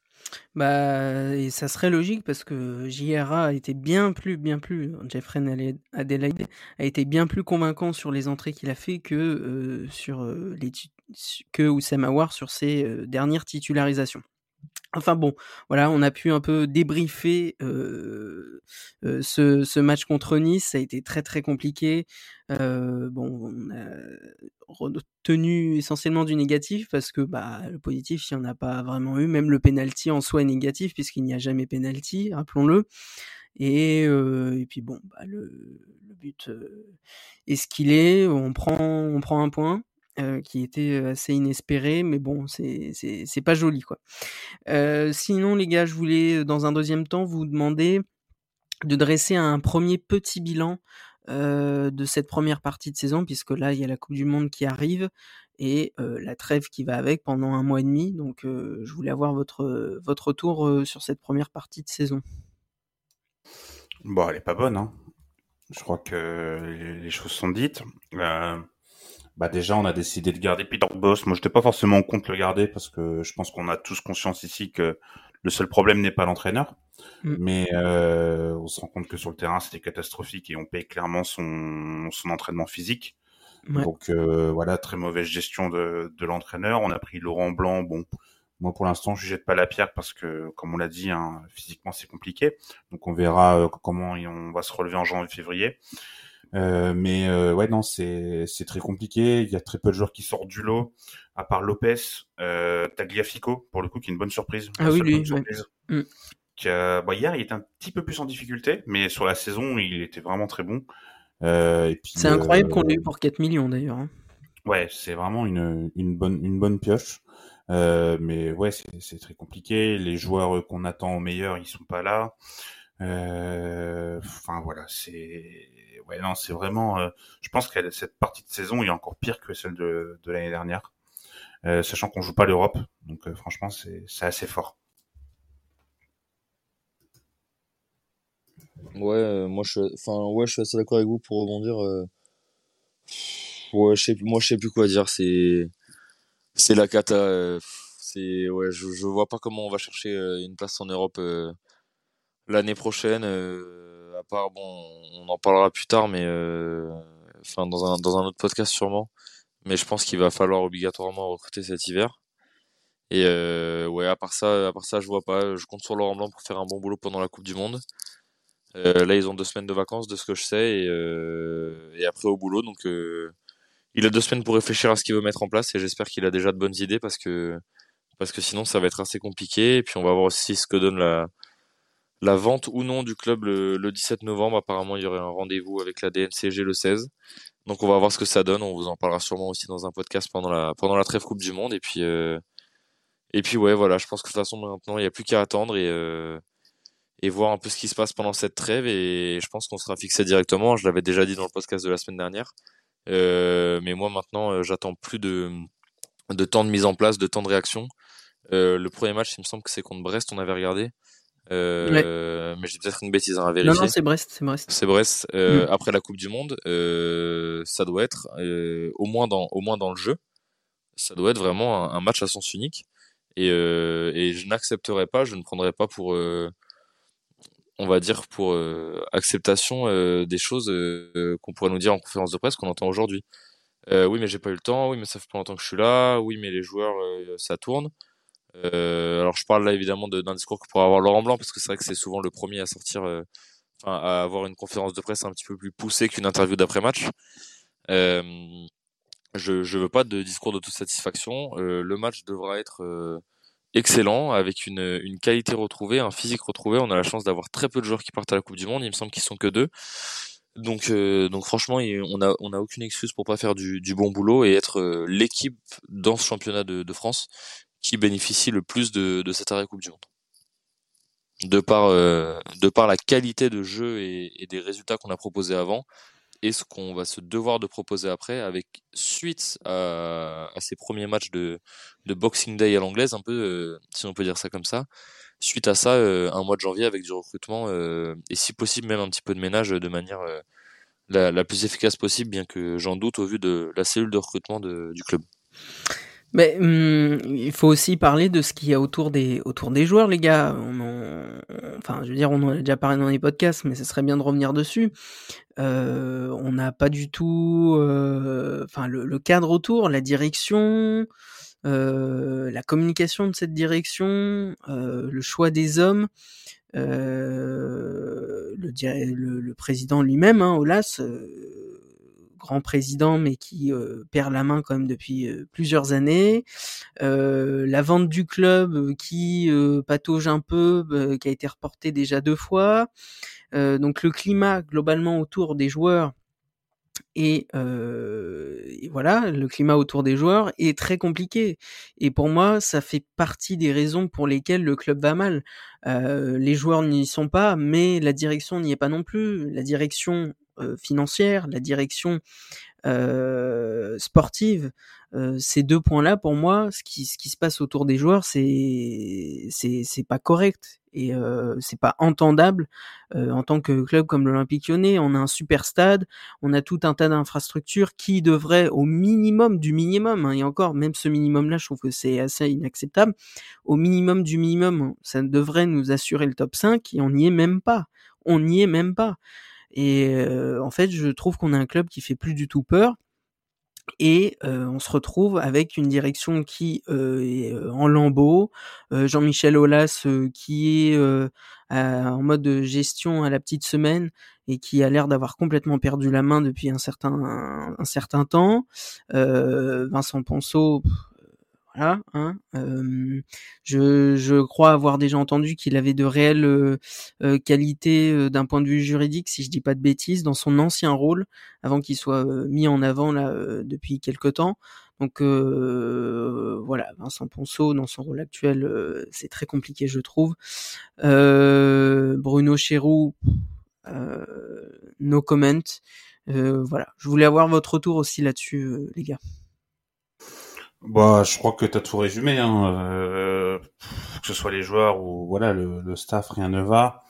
Bah et ça serait logique parce que J R A a été bien plus bien plus Jeffrey Adelaide a été bien plus convaincant sur les entrées qu'il a fait que, heu, sur, heu, les ti que Oussem Aouar sur ses, heu, dernières titularisations. Enfin bon, voilà, on a pu un peu débriefer euh, euh, ce, ce match contre Nice. Ça a été très très compliqué. Euh, bon, on a retenu essentiellement du négatif parce que bah le positif, il n'y en a pas vraiment eu. Même le penalty en soi est négatif puisqu'il n'y a jamais penalty, rappelons-le. Et, euh, et puis bon, bah, le, le but euh, est ce qu'il est. On prend, on prend un point euh, qui était assez inespéré, mais bon, c'est, c'est, c'est pas joli, quoi. Euh, sinon, les gars, je voulais dans un deuxième temps vous demander de dresser un premier petit bilan euh, de cette première partie de saison, puisque là, il y a la Coupe du Monde qui arrive et euh, la trêve qui va avec pendant un mois et demi. Donc, euh, je voulais avoir votre, votre retour euh, sur cette première partie de saison. Bon, elle est pas bonne, hein. Je crois que les, les choses sont dites. Euh, bah déjà, on a décidé de garder Peter Bosz. Moi, j'étais pas forcément contre le garder parce que je pense qu'on a tous conscience ici que le seul problème n'est pas l'entraîneur. Mm. Mais euh, on se rend compte que sur le terrain, c'était catastrophique et on paye clairement son, son entraînement physique. Ouais. Donc euh, voilà, très mauvaise gestion de, de l'entraîneur. On a pris Laurent Blanc. Bon, moi pour l'instant, je jette pas la pierre parce que, comme on l'a dit, hein, physiquement c'est compliqué. Donc on verra euh, comment on va se relever en janvier-février. Euh, mais euh, ouais, non, c'est c'est très compliqué. Il y a très peu de joueurs qui sortent du lot, à part Lopez, euh, Tagliafico pour le coup, qui est une bonne surprise. Ah oui, lui. Surprise. Ouais. Mm. Qui a, bah, hier, il était un petit peu plus en difficulté, mais sur la saison, il était vraiment très bon. Euh, et puis, c'est incroyable euh, qu'on l'ait eu pour quatre millions d'ailleurs. Hein. Ouais, c'est vraiment une une bonne une bonne pioche. Euh, mais ouais, c'est c'est très compliqué. Les joueurs qu'on attend au meilleur, ils sont pas là. Euh, enfin voilà, c'est ouais non, c'est vraiment. Euh, je pense que cette partie de saison est encore pire que celle de de l'année dernière, euh, sachant qu'on joue pas l'Europe. Donc euh, franchement, c'est c'est assez fort. Ouais, euh, moi je suis, enfin ouais, je suis assez d'accord avec vous pour rebondir. Euh... Ouais, je sais, moi je sais plus quoi dire. C'est, c'est la cata. Euh... C'est ouais, je je vois pas comment on va chercher euh, une place en Europe euh, l'année prochaine. Euh... À part bon, on en parlera plus tard, mais euh... enfin dans un dans un autre podcast sûrement. Mais je pense qu'il va falloir obligatoirement recruter cet hiver. Et euh... ouais, à part ça, à part ça, je vois pas. Je compte sur Laurent Blanc pour faire un bon boulot pendant la Coupe du Monde. Euh, là, ils ont deux semaines de vacances, de ce que je sais, et, euh, et après au boulot. Donc, euh, il a deux semaines pour réfléchir à ce qu'il veut mettre en place, et j'espère qu'il a déjà de bonnes idées parce que parce que sinon, ça va être assez compliqué. Et puis, on va voir aussi ce que donne la la vente ou non du club le, le dix-sept novembre. Apparemment, il y aurait un rendez-vous avec la D N C G le seize. Donc, on va voir ce que ça donne. On vous en parlera sûrement aussi dans un podcast pendant la pendant la trêve Coupe du Monde. Et puis euh, et puis ouais, voilà. Je pense que de toute façon, maintenant, il y a plus qu'à attendre et euh, et voir un peu ce qui se passe pendant cette trêve, et je pense qu'on sera fixé directement. Je l'avais déjà dit dans le podcast de la semaine dernière, euh, mais moi maintenant euh, j'attends plus de de temps de mise en place, de temps de réaction. Euh, le premier match, il me semble que c'est contre Brest, on avait regardé, euh, ouais. Mais j'ai peut-être une bêtise à vérifier. Non non, c'est Brest, c'est Brest. C'est Brest. Euh, mmh. Après la Coupe du Monde, euh, ça doit être euh, au moins dans au moins dans le jeu, ça doit être vraiment un, un match à sens unique, et euh, et je n'accepterai pas, je ne prendrai pas pour euh, on va dire pour euh, acceptation euh, des choses euh, qu'on pourrait nous dire en conférence de presse qu'on entend aujourd'hui. Euh, oui, mais j'ai pas eu le temps. Oui, mais ça fait pas longtemps que je suis là. Oui, mais les joueurs, euh, ça tourne. Euh, alors, je parle là évidemment de, d'un discours que pourrait avoir Laurent Blanc, parce que c'est vrai que c'est souvent le premier à sortir, euh, enfin, à avoir une conférence de presse un petit peu plus poussée qu'une interview d'après-match. Euh, je, je veux pas de discours d'autosatisfaction. Euh, le match devra être euh, excellent, avec une, une qualité retrouvée, un physique retrouvé. On a la chance d'avoir très peu de joueurs qui partent à la Coupe du Monde. Il me semble qu'ils sont que deux. Donc, euh, donc franchement, on a, on a aucune excuse pour pas faire du, du bon boulot et être euh, l'équipe dans ce championnat de, de France qui bénéficie le plus de, de cet arrêt Coupe du Monde. De par, euh, de par la qualité de jeu et, et des résultats qu'on a proposés avant, et ce qu'on va se devoir de proposer après, avec suite à, à ces premiers matchs de, de Boxing Day à l'anglaise, un peu, euh, si on peut dire ça comme ça. Suite à ça, euh, un mois de janvier avec du recrutement, euh, et si possible même un petit peu de ménage de manière euh, la, la plus efficace possible, bien que j'en doute au vu de la cellule de recrutement de, du club. Mais hum, il faut aussi parler de ce qu'il y a autour des autour des joueurs, les gars. On en, enfin, je veux dire, on en a déjà parlé dans les podcasts, mais ce serait bien de revenir dessus. Euh, on n'a pas du tout, euh, enfin, le, le cadre autour, la direction, euh, la communication de cette direction, euh, le choix des hommes, euh, le, le, le président lui-même, hein, Aulas. Euh, grand président, mais qui euh, perd la main quand même depuis euh, plusieurs années. Euh, la vente du club euh, qui euh, patauge un peu, euh, qui a été reportée déjà deux fois. Euh, donc le climat globalement autour des joueurs et, euh, et voilà, le climat autour des joueurs est très compliqué. Et pour moi, ça fait partie des raisons pour lesquelles le club va mal. Euh, les joueurs n'y sont pas, mais la direction n'y est pas non plus. La direction euh, financière, la direction euh, sportive, euh, ces deux points-là, pour moi, ce qui, ce qui se passe autour des joueurs, c'est, c'est, c'est pas correct et euh, c'est pas entendable. Euh, en tant que club comme l'Olympique Lyonnais, on a un super stade, on a tout un tas d'infrastructures qui devraient, au minimum du minimum, hein, et encore, même ce minimum-là, je trouve que c'est assez inacceptable. Au minimum du minimum, ça devrait nous assurer le top cinq et on n'y est même pas. On n'y est même pas. Et euh, en fait, je trouve qu'on a un club qui fait plus du tout peur. Et euh, on se retrouve avec une direction qui euh, est euh, en lambeaux, euh, Jean-Michel Aulas euh, qui est euh, à, en mode de gestion à la petite semaine et qui a l'air d'avoir complètement perdu la main depuis un certain un, un certain temps. Euh, Vincent Ponceau, pff, voilà, hein. Euh, je, je crois avoir déjà entendu qu'il avait de réelles euh, euh, qualités euh, d'un point de vue juridique, si je dis pas de bêtises, dans son ancien rôle, avant qu'il soit euh, mis en avant là euh, depuis quelque temps. Donc euh, voilà, Vincent Ponceau dans son rôle actuel, euh, c'est très compliqué, je trouve. Euh, Bruno Chéroux, euh, no comment. Euh, voilà, je voulais avoir votre retour aussi là-dessus, euh, les gars. Bah, je crois que t'as tout résumé, hein. Euh, que ce soit les joueurs ou voilà le, le staff, rien ne va.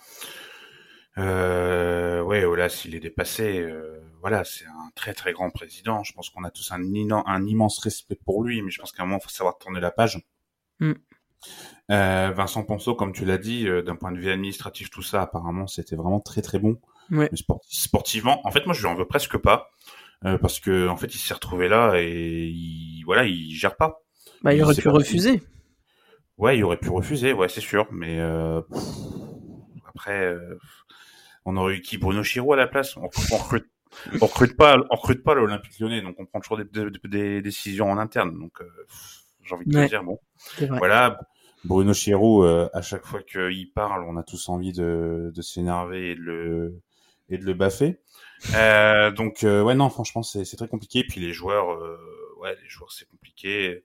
Euh, ouais, Aulas, il est dépassé. Euh, voilà, c'est un très très grand président. Je pense qu'on a tous un, ino- un immense respect pour lui, mais je pense qu'à un moment, il faut savoir tourner la page. Mm. Euh, Vincent Ponceau, comme tu l'as dit, euh, d'un point de vue administratif, tout ça, apparemment, c'était vraiment très très bon. Ouais. Mais sport- sportivement, en fait, moi, je lui en veux presque pas. Euh, parce que en fait il s'est retrouvé là et il voilà il gère pas. Bah, il, il aurait pu pas, refuser. Il... Ouais, il aurait pu refuser, ouais c'est sûr, mais euh... après euh... on aurait eu qui, Bruno Chéroux à la place. On, on recrute, on recrute pas, on recrute pas l'Olympique Lyonnais, donc on prend toujours des, des, des décisions en interne. Donc euh... j'ai envie de ouais. te dire bon, voilà. Bruno Chéroux, euh, à chaque fois qu'il parle, on a tous envie de, de s'énerver et de le et de le baffer. Euh, donc euh, ouais non franchement c'est c'est très compliqué. Puis les joueurs euh, ouais les joueurs c'est compliqué.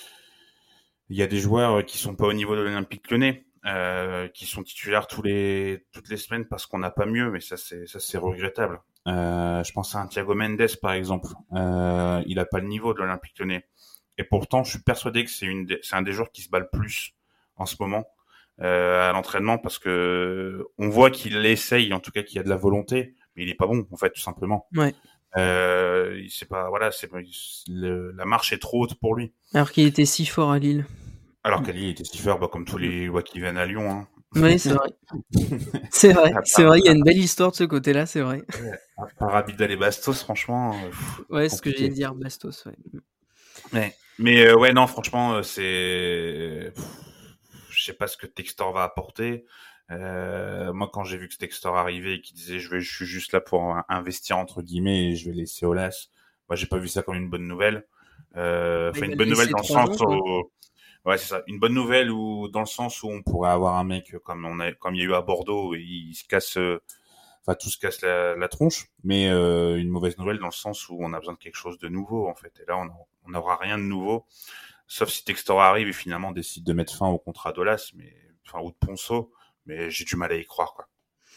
Il y a des joueurs qui sont pas au niveau de l'Olympique Lyonnais, euh, qui sont titulaires tous les toutes les semaines parce qu'on n'a pas mieux, mais ça c'est ça c'est regrettable. Euh, je pense à un Thiago Mendes par exemple, euh, il a pas le niveau de l'Olympique Lyonnais et pourtant je suis persuadé que c'est une des, c'est un des joueurs qui se bat le plus en ce moment euh, à l'entraînement parce que on voit qu'il essaye, en tout cas qu'il y a de la volonté. Mais il est pas bon en fait tout simplement. Ouais. Euh, c'est pas voilà, c'est le, la marche est trop haute pour lui. Alors qu'il était si fort à Lille. Alors qu'à Lille il était si fort, bah, comme tous les ouais, qui viennent à Lyon. Hein. Oui, c'est vrai. c'est vrai, c'est vrai. Il y a une belle histoire de ce côté-là, c'est vrai. À part Abidal et Bastos, franchement. Pff, ouais, c'est ce que j'allais dire, Bastos. Ouais. Mais mais euh, ouais non, franchement c'est, pff, je sais pas ce que Textor va apporter. Euh, moi, quand j'ai vu que Textor arrivait et qu'il disait je vais, je suis juste là pour investir entre guillemets et je vais laisser Aulas, moi j'ai pas vu ça comme une bonne nouvelle. Euh, enfin, une bonne nouvelle dans le sens ans, où, ouais, c'est ça, une bonne nouvelle ou dans le sens où on pourrait avoir un mec comme on a, comme il y a eu à Bordeaux, et il se casse, euh, enfin tout se casse la, la tronche, mais euh, une mauvaise nouvelle dans le sens où on a besoin de quelque chose de nouveau en fait. Et là, on n'aura rien de nouveau, sauf si Textor arrive et finalement décide de mettre fin au contrat d'Aulas, mais enfin ou de Ponceau. Mais j'ai du mal à y croire, quoi.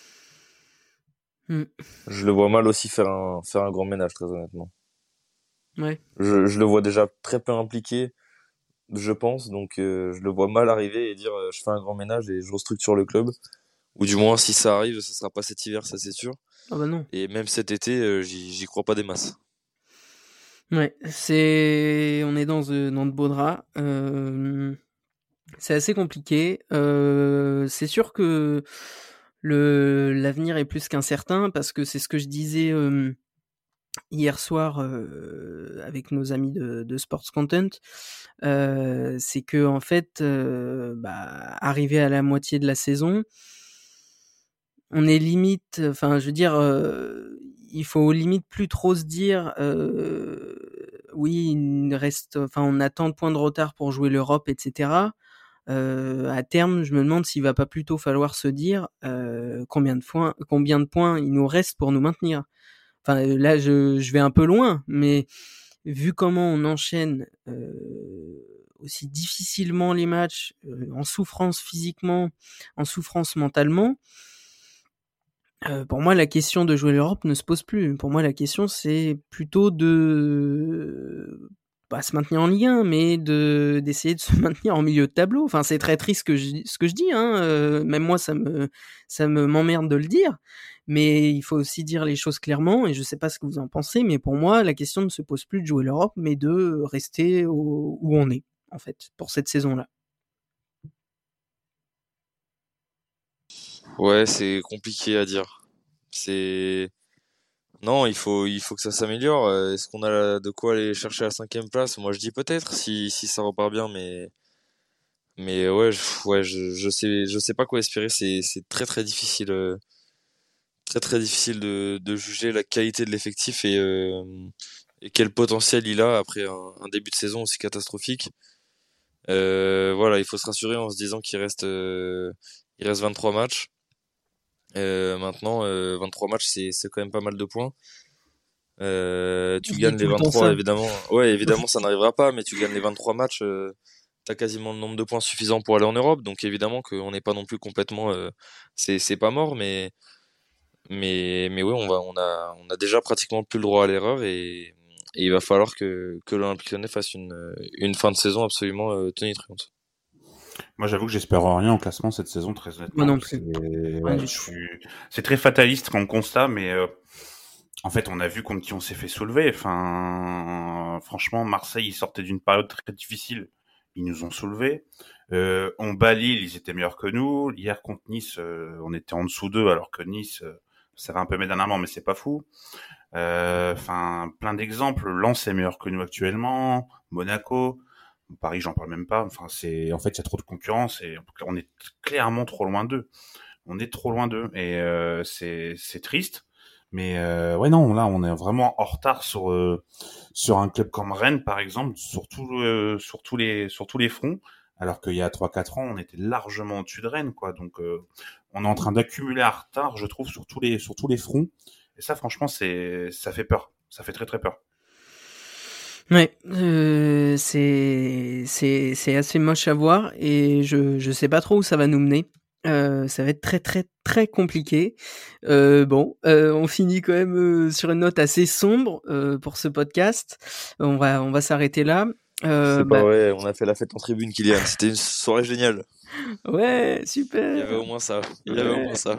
Mm. Je le vois mal aussi faire un, faire un grand ménage, très honnêtement. Ouais. Je, je le vois déjà très peu impliqué, je pense, donc euh, je le vois mal arriver et dire euh, je fais un grand ménage et je restructure le club. Ou du moins, si ça arrive, ce sera pas cet hiver, ça c'est sûr. Ah bah non. Et même cet été, euh, j'y, j'y crois pas des masses. Ouais, c'est... on est dans, euh, dans de beaux draps. Euh... C'est assez compliqué. Euh, c'est sûr que le l'avenir est plus qu'incertain parce que c'est ce que je disais euh, hier soir euh, avec nos amis de, de Sports Content. Euh, c'est que en fait, euh, bah, arrivé à la moitié de la saison, on est limite. Enfin, je veux dire, euh, il faut limite plus trop se dire euh, oui, il reste, enfin, on a tant de points de retard pour jouer l'Europe, et cetera. Euh, à terme, je me demande s'il va pas plutôt falloir se dire euh, combien de points, combien de points il nous reste pour nous maintenir. Enfin, là, je, je vais un peu loin, mais vu comment on enchaîne euh, aussi difficilement les matchs, euh, en souffrance physiquement, en souffrance mentalement. Euh, pour moi, la question de jouer l'Europe ne se pose plus. Pour moi, la question, c'est plutôt de pas se maintenir en Ligue un, mais de d'essayer de se maintenir en milieu de tableau. Enfin, c'est très triste ce que je, ce que je dis. Hein. Euh, même moi, ça me ça me m'emmerde de le dire. Mais il faut aussi dire les choses clairement. Et je sais pas ce que vous en pensez, mais pour moi, la question ne se pose plus de jouer l'Europe, mais de rester au, où on est, en fait, pour cette saison-là. Ouais, c'est compliqué à dire. C'est non, il faut il faut que ça s'améliore. Euh, Est-ce qu'on a la- de quoi aller chercher la cinquième place? Moi, je dis peut-être si si ça repart bien, mais mais ouais, je, ouais, je, je sais je sais pas quoi espérer. C'est c'est très très difficile, euh, très très difficile de de juger la qualité de l'effectif et euh, et quel potentiel il a après un, un début de saison aussi catastrophique. Euh, voilà, il faut se rassurer en se disant qu'il reste euh, il reste vingt-trois matchs. Euh, maintenant, euh, vingt-trois matchs, c'est c'est quand même pas mal de points. Euh, Je tu dis gagnes tout les le temps vingt-trois, ça. évidemment. Ouais, évidemment, ça n'arrivera pas, mais tu gagnes les vingt-trois matchs, euh, t'as quasiment le nombre de points suffisant pour aller en Europe. Donc évidemment qu'on n'est pas non plus complètement, euh, c'est c'est pas mort, mais mais mais ouais, on va, on a on a déjà pratiquement plus le droit à l'erreur et, et il va falloir que que l'Olympique Lyonnais fasse une une fin de saison absolument euh, tonitruante. Moi, j'avoue que j'espère rien en classement cette saison, très Moi honnêtement. non C'est plus. Rien ouais, du je tout. suis... c'est très fataliste comme constat, mais euh, en fait, on a vu contre qui on s'est fait soulever. Enfin, franchement, Marseille, ils sortaient d'une période très difficile. Ils nous ont soulevés. Euh, on bat Lille, ils étaient meilleurs que nous. Hier contre Nice, euh, on était en dessous d'eux, alors que Nice, euh, ça va un peu mettre dernièrement, mais c'est pas fou. Enfin, euh, plein d'exemples. Lens est meilleur que nous actuellement. Monaco. Paris, j'en parle même pas. Enfin, c'est en fait, il y a trop de concurrence et on est clairement trop loin d'eux. On est trop loin d'eux et euh, c'est c'est triste. Mais euh, ouais, non, là, on est vraiment en retard sur euh, sur un club comme Rennes, par exemple, sur tout, euh, sur tous les sur tous les fronts. Alors qu'il y a trois quatre ans, on était largement au-dessus de Rennes, quoi. Donc, euh, on est en train d'accumuler un retard, je trouve, sur tous les sur tous les fronts. Et ça, franchement, c'est ça fait peur. Ça fait très très peur. Ouais, euh, c'est c'est c'est assez moche à voir et je je sais pas trop où ça va nous mener. Euh, ça va être très très très compliqué. Euh, bon, euh, on finit quand même euh, sur une note assez sombre euh, pour ce podcast. On va on va s'arrêter là. Euh, C'est pas bah, vrai, on a fait la fête en tribune, Kylian. C'était une soirée géniale. ouais, Il y super. avait au moins ça. Il y avait au moins Ouais. ça.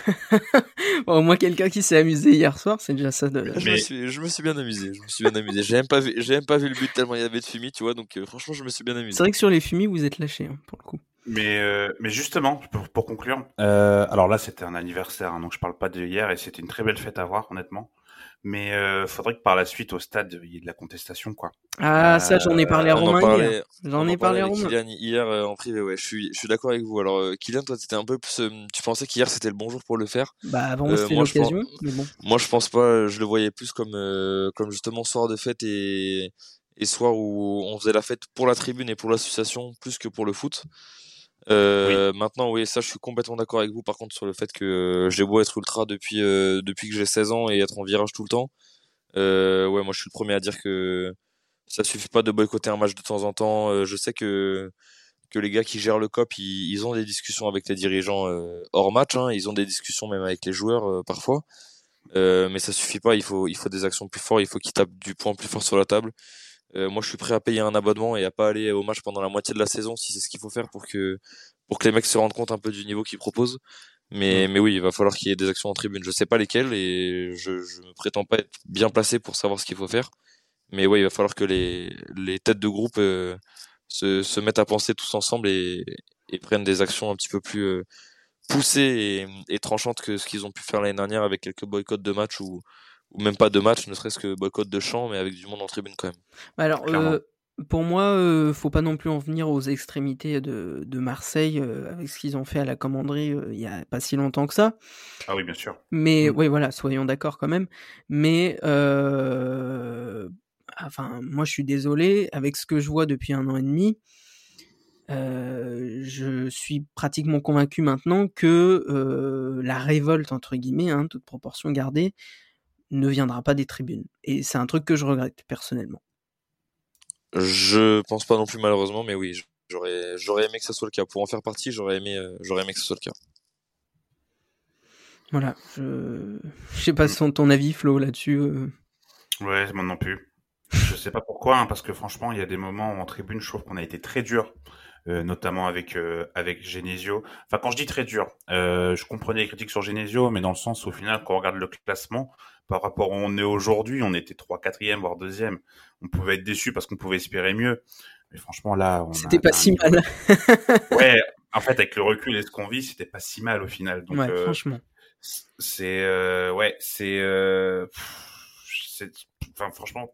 Bon, au moins quelqu'un qui s'est amusé hier soir, c'est déjà ça de. Je me Mais suis, je me suis bien amusé. Je me suis bien amusé. J'ai même pas vu, j'ai même pas vu le but tellement il y avait de fumée, tu vois. Donc euh, franchement, je me suis bien C'est amusé. vrai que sur les fumis, vous êtes lâchés hein, pour le coup. Mais, euh, mais justement, pour, pour conclure, euh, alors là, c'était un anniversaire, hein, donc je parle pas de hier, et c'était une très belle fête à voir, honnêtement. Mais euh, faudrait que par la suite, au stade, il y ait de la contestation, quoi. Ah, ça, j'en ai parlé à On en Romain hier. parlait, J'en on ai en parlait parlé à avec Romain. Kylian hier euh, en privé. Ouais, je suis, je suis d'accord avec vous. Alors, euh, Kylian, toi, t'étais un peu plus, euh, tu pensais qu'hier c'était le bon jour pour le faire. Bah, pour moi, Euh, c'était moi, je pense, l'occasion, mais bon. moi, je pense pas. Je le voyais plus comme, euh, comme justement soir de fête et et soir où on faisait la fête pour la tribune et pour l'association plus que pour le foot. Oui. Euh, maintenant, oui, ça, je suis complètement d'accord avec vous. Par contre, sur le fait que euh, j'ai beau être ultra depuis euh, depuis que j'ai seize ans et être en virage tout le temps, euh, ouais, moi, je suis le premier à dire que ça suffit pas de boycotter un match de temps en temps. Euh, je sais que que les gars qui gèrent le C O P, ils, ils ont des discussions avec les dirigeants euh, hors match. Hein, ils ont des discussions même avec les joueurs euh, parfois. Euh, mais ça suffit pas. Il faut il faut des actions plus fortes. Il faut qu'ils tapent du poing plus fort sur la table. Euh, moi, je suis prêt à payer un abonnement et à pas aller au match pendant la moitié de la saison si c'est ce qu'il faut faire pour que pour que les mecs se rendent compte un peu du niveau qu'ils proposent. Mais Mm. mais oui, il va falloir qu'il y ait des actions en tribune. Je sais pas lesquelles et je je me prétends pas être bien placé pour savoir ce qu'il faut faire. Mais ouais, il va falloir que les les têtes de groupe euh, se se mettent à penser tous ensemble et et prennent des actions un petit peu plus euh, poussées et, et tranchantes que ce qu'ils ont pu faire l'année dernière avec quelques boycotts de matchs ou ou même pas de matchs, ne serait-ce que boycott de champ, mais avec du monde en tribune quand même. Bah alors, Clairement. euh, pour moi, euh, faut pas non plus en venir aux extrémités de, de Marseille euh, avec ce qu'ils ont fait à la commanderie euh, il y a pas si longtemps que ça. Ah oui, bien sûr. Mais Mm. oui, voilà, soyons d'accord quand même. Mais euh, enfin, moi, je suis désolé, avec ce que je vois depuis un an et demi, euh, je suis pratiquement convaincu maintenant que euh, la révolte, entre guillemets, hein, toute proportion gardée, ne viendra pas des tribunes. Et c'est un truc que je regrette personnellement. Je pense pas non plus malheureusement, mais oui, j'aurais, j'aurais aimé que ça soit le cas. Pour en faire partie, j'aurais aimé, euh, j'aurais aimé que ce soit le cas. Voilà, je, je sais pas son ton avis, Flo, là-dessus. Euh... Ouais, moi non plus. Je sais pas pourquoi, hein, parce que franchement, il y a des moments où en tribune, je trouve qu'on a été très dur, euh, notamment avec euh, avec Genesio. Enfin, quand je dis très dur, euh, je comprenais les critiques sur Genesio, mais dans le sens au final, quand on regarde le classement, par rapport à où on est aujourd'hui, on était trois, quatrième, voire deuxième. On pouvait être déçu parce qu'on pouvait espérer mieux. Mais franchement, là, on c'était a, pas si mal. Ouais, en fait, avec le recul et ce qu'on vit, c'était pas si mal au final. Donc, ouais, euh, franchement. C'est euh, ouais, c'est euh, c'est enfin franchement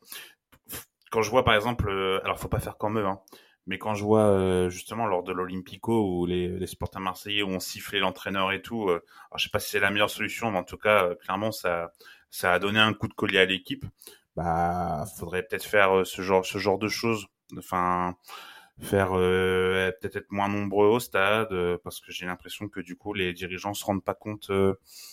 quand je vois par exemple euh, alors faut pas faire comme eux hein, mais quand je vois euh, justement lors de l'Olympico où les les supporters marseillais ont sifflé l'entraîneur et tout euh, alors je sais pas si c'est la meilleure solution mais en tout cas euh, clairement ça ça a donné un coup de collier à l'équipe. Bah faudrait peut-être faire ce genre ce genre de choses enfin faire euh, peut-être être moins nombreux au stade euh, parce que j'ai l'impression que du coup les dirigeants se rendent pas compte euh,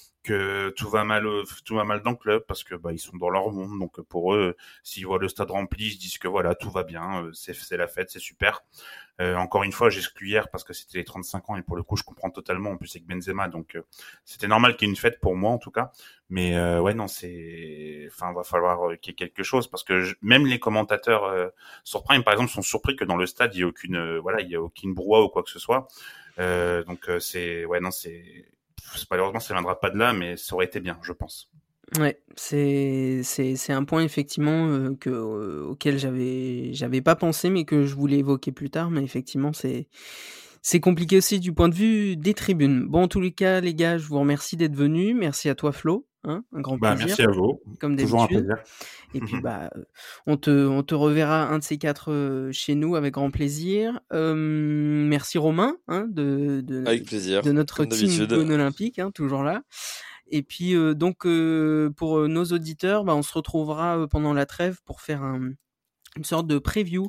que tout va mal euh, tout va mal dans le club parce que bah ils sont dans leur monde donc pour eux s'ils voient le stade rempli ils se disent que voilà tout va bien euh, c'est c'est la fête c'est super. Euh, encore une fois j'exclus hier parce que c'était les trente-cinq ans et pour le coup je comprends totalement en plus avec Benzema donc euh, c'était normal qu'il y ait une fête pour moi en tout cas mais euh, ouais non c'est enfin va falloir euh, qu'il y ait quelque chose parce que je... même les commentateurs euh, sur Prime par exemple sont surpris que dans le stade il y ait aucune euh, voilà il y a aucune brouhaha ou quoi que ce soit euh, donc euh, c'est ouais non c'est malheureusement ça viendra pas de là mais ça aurait été bien je pense. Ouais, c'est c'est c'est un point effectivement euh, que euh, auquel j'avais j'avais pas pensé mais que je voulais évoquer plus tard mais effectivement c'est c'est compliqué aussi du point de vue des tribunes. Bon en tous les cas les gars, je vous remercie d'être venus, merci à toi Flo, hein, un grand bah, plaisir. Merci à vous. Comme toujours d'habitude. un plaisir. Et puis bah on te on te reverra un de ces quatre euh, chez nous avec grand plaisir. Euh, merci Romain hein, de de avec plaisir, de notre team Gone Olympique hein, toujours là. Et puis euh, donc euh, pour euh, nos auditeurs, bah, on se retrouvera euh, pendant la trêve pour faire un, une sorte de preview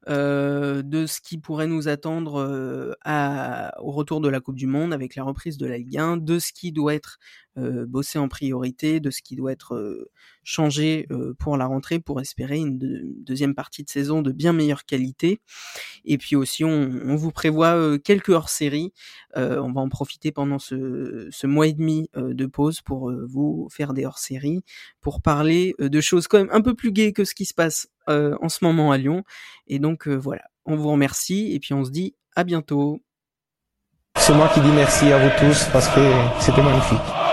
euh, de ce qui pourrait nous attendre euh, à, au retour de la Coupe du Monde avec la reprise de la Ligue un, de ce qui doit être euh, bossé en priorité, de ce qui doit être euh, changé euh, pour la rentrée pour espérer une, de, une deuxième partie de saison de bien meilleure qualité. Et puis aussi, on, on vous prévoit euh, quelques hors-séries. Euh, on va en profiter pendant ce, ce mois et demi euh, de pause pour euh, vous faire des hors-séries, pour parler euh, de choses quand même un peu plus gaies que ce qui se passe euh, en ce moment à Lyon. Et donc euh, voilà, on vous remercie et puis on se dit à bientôt. C'est moi qui dis merci à vous tous parce que c'était magnifique.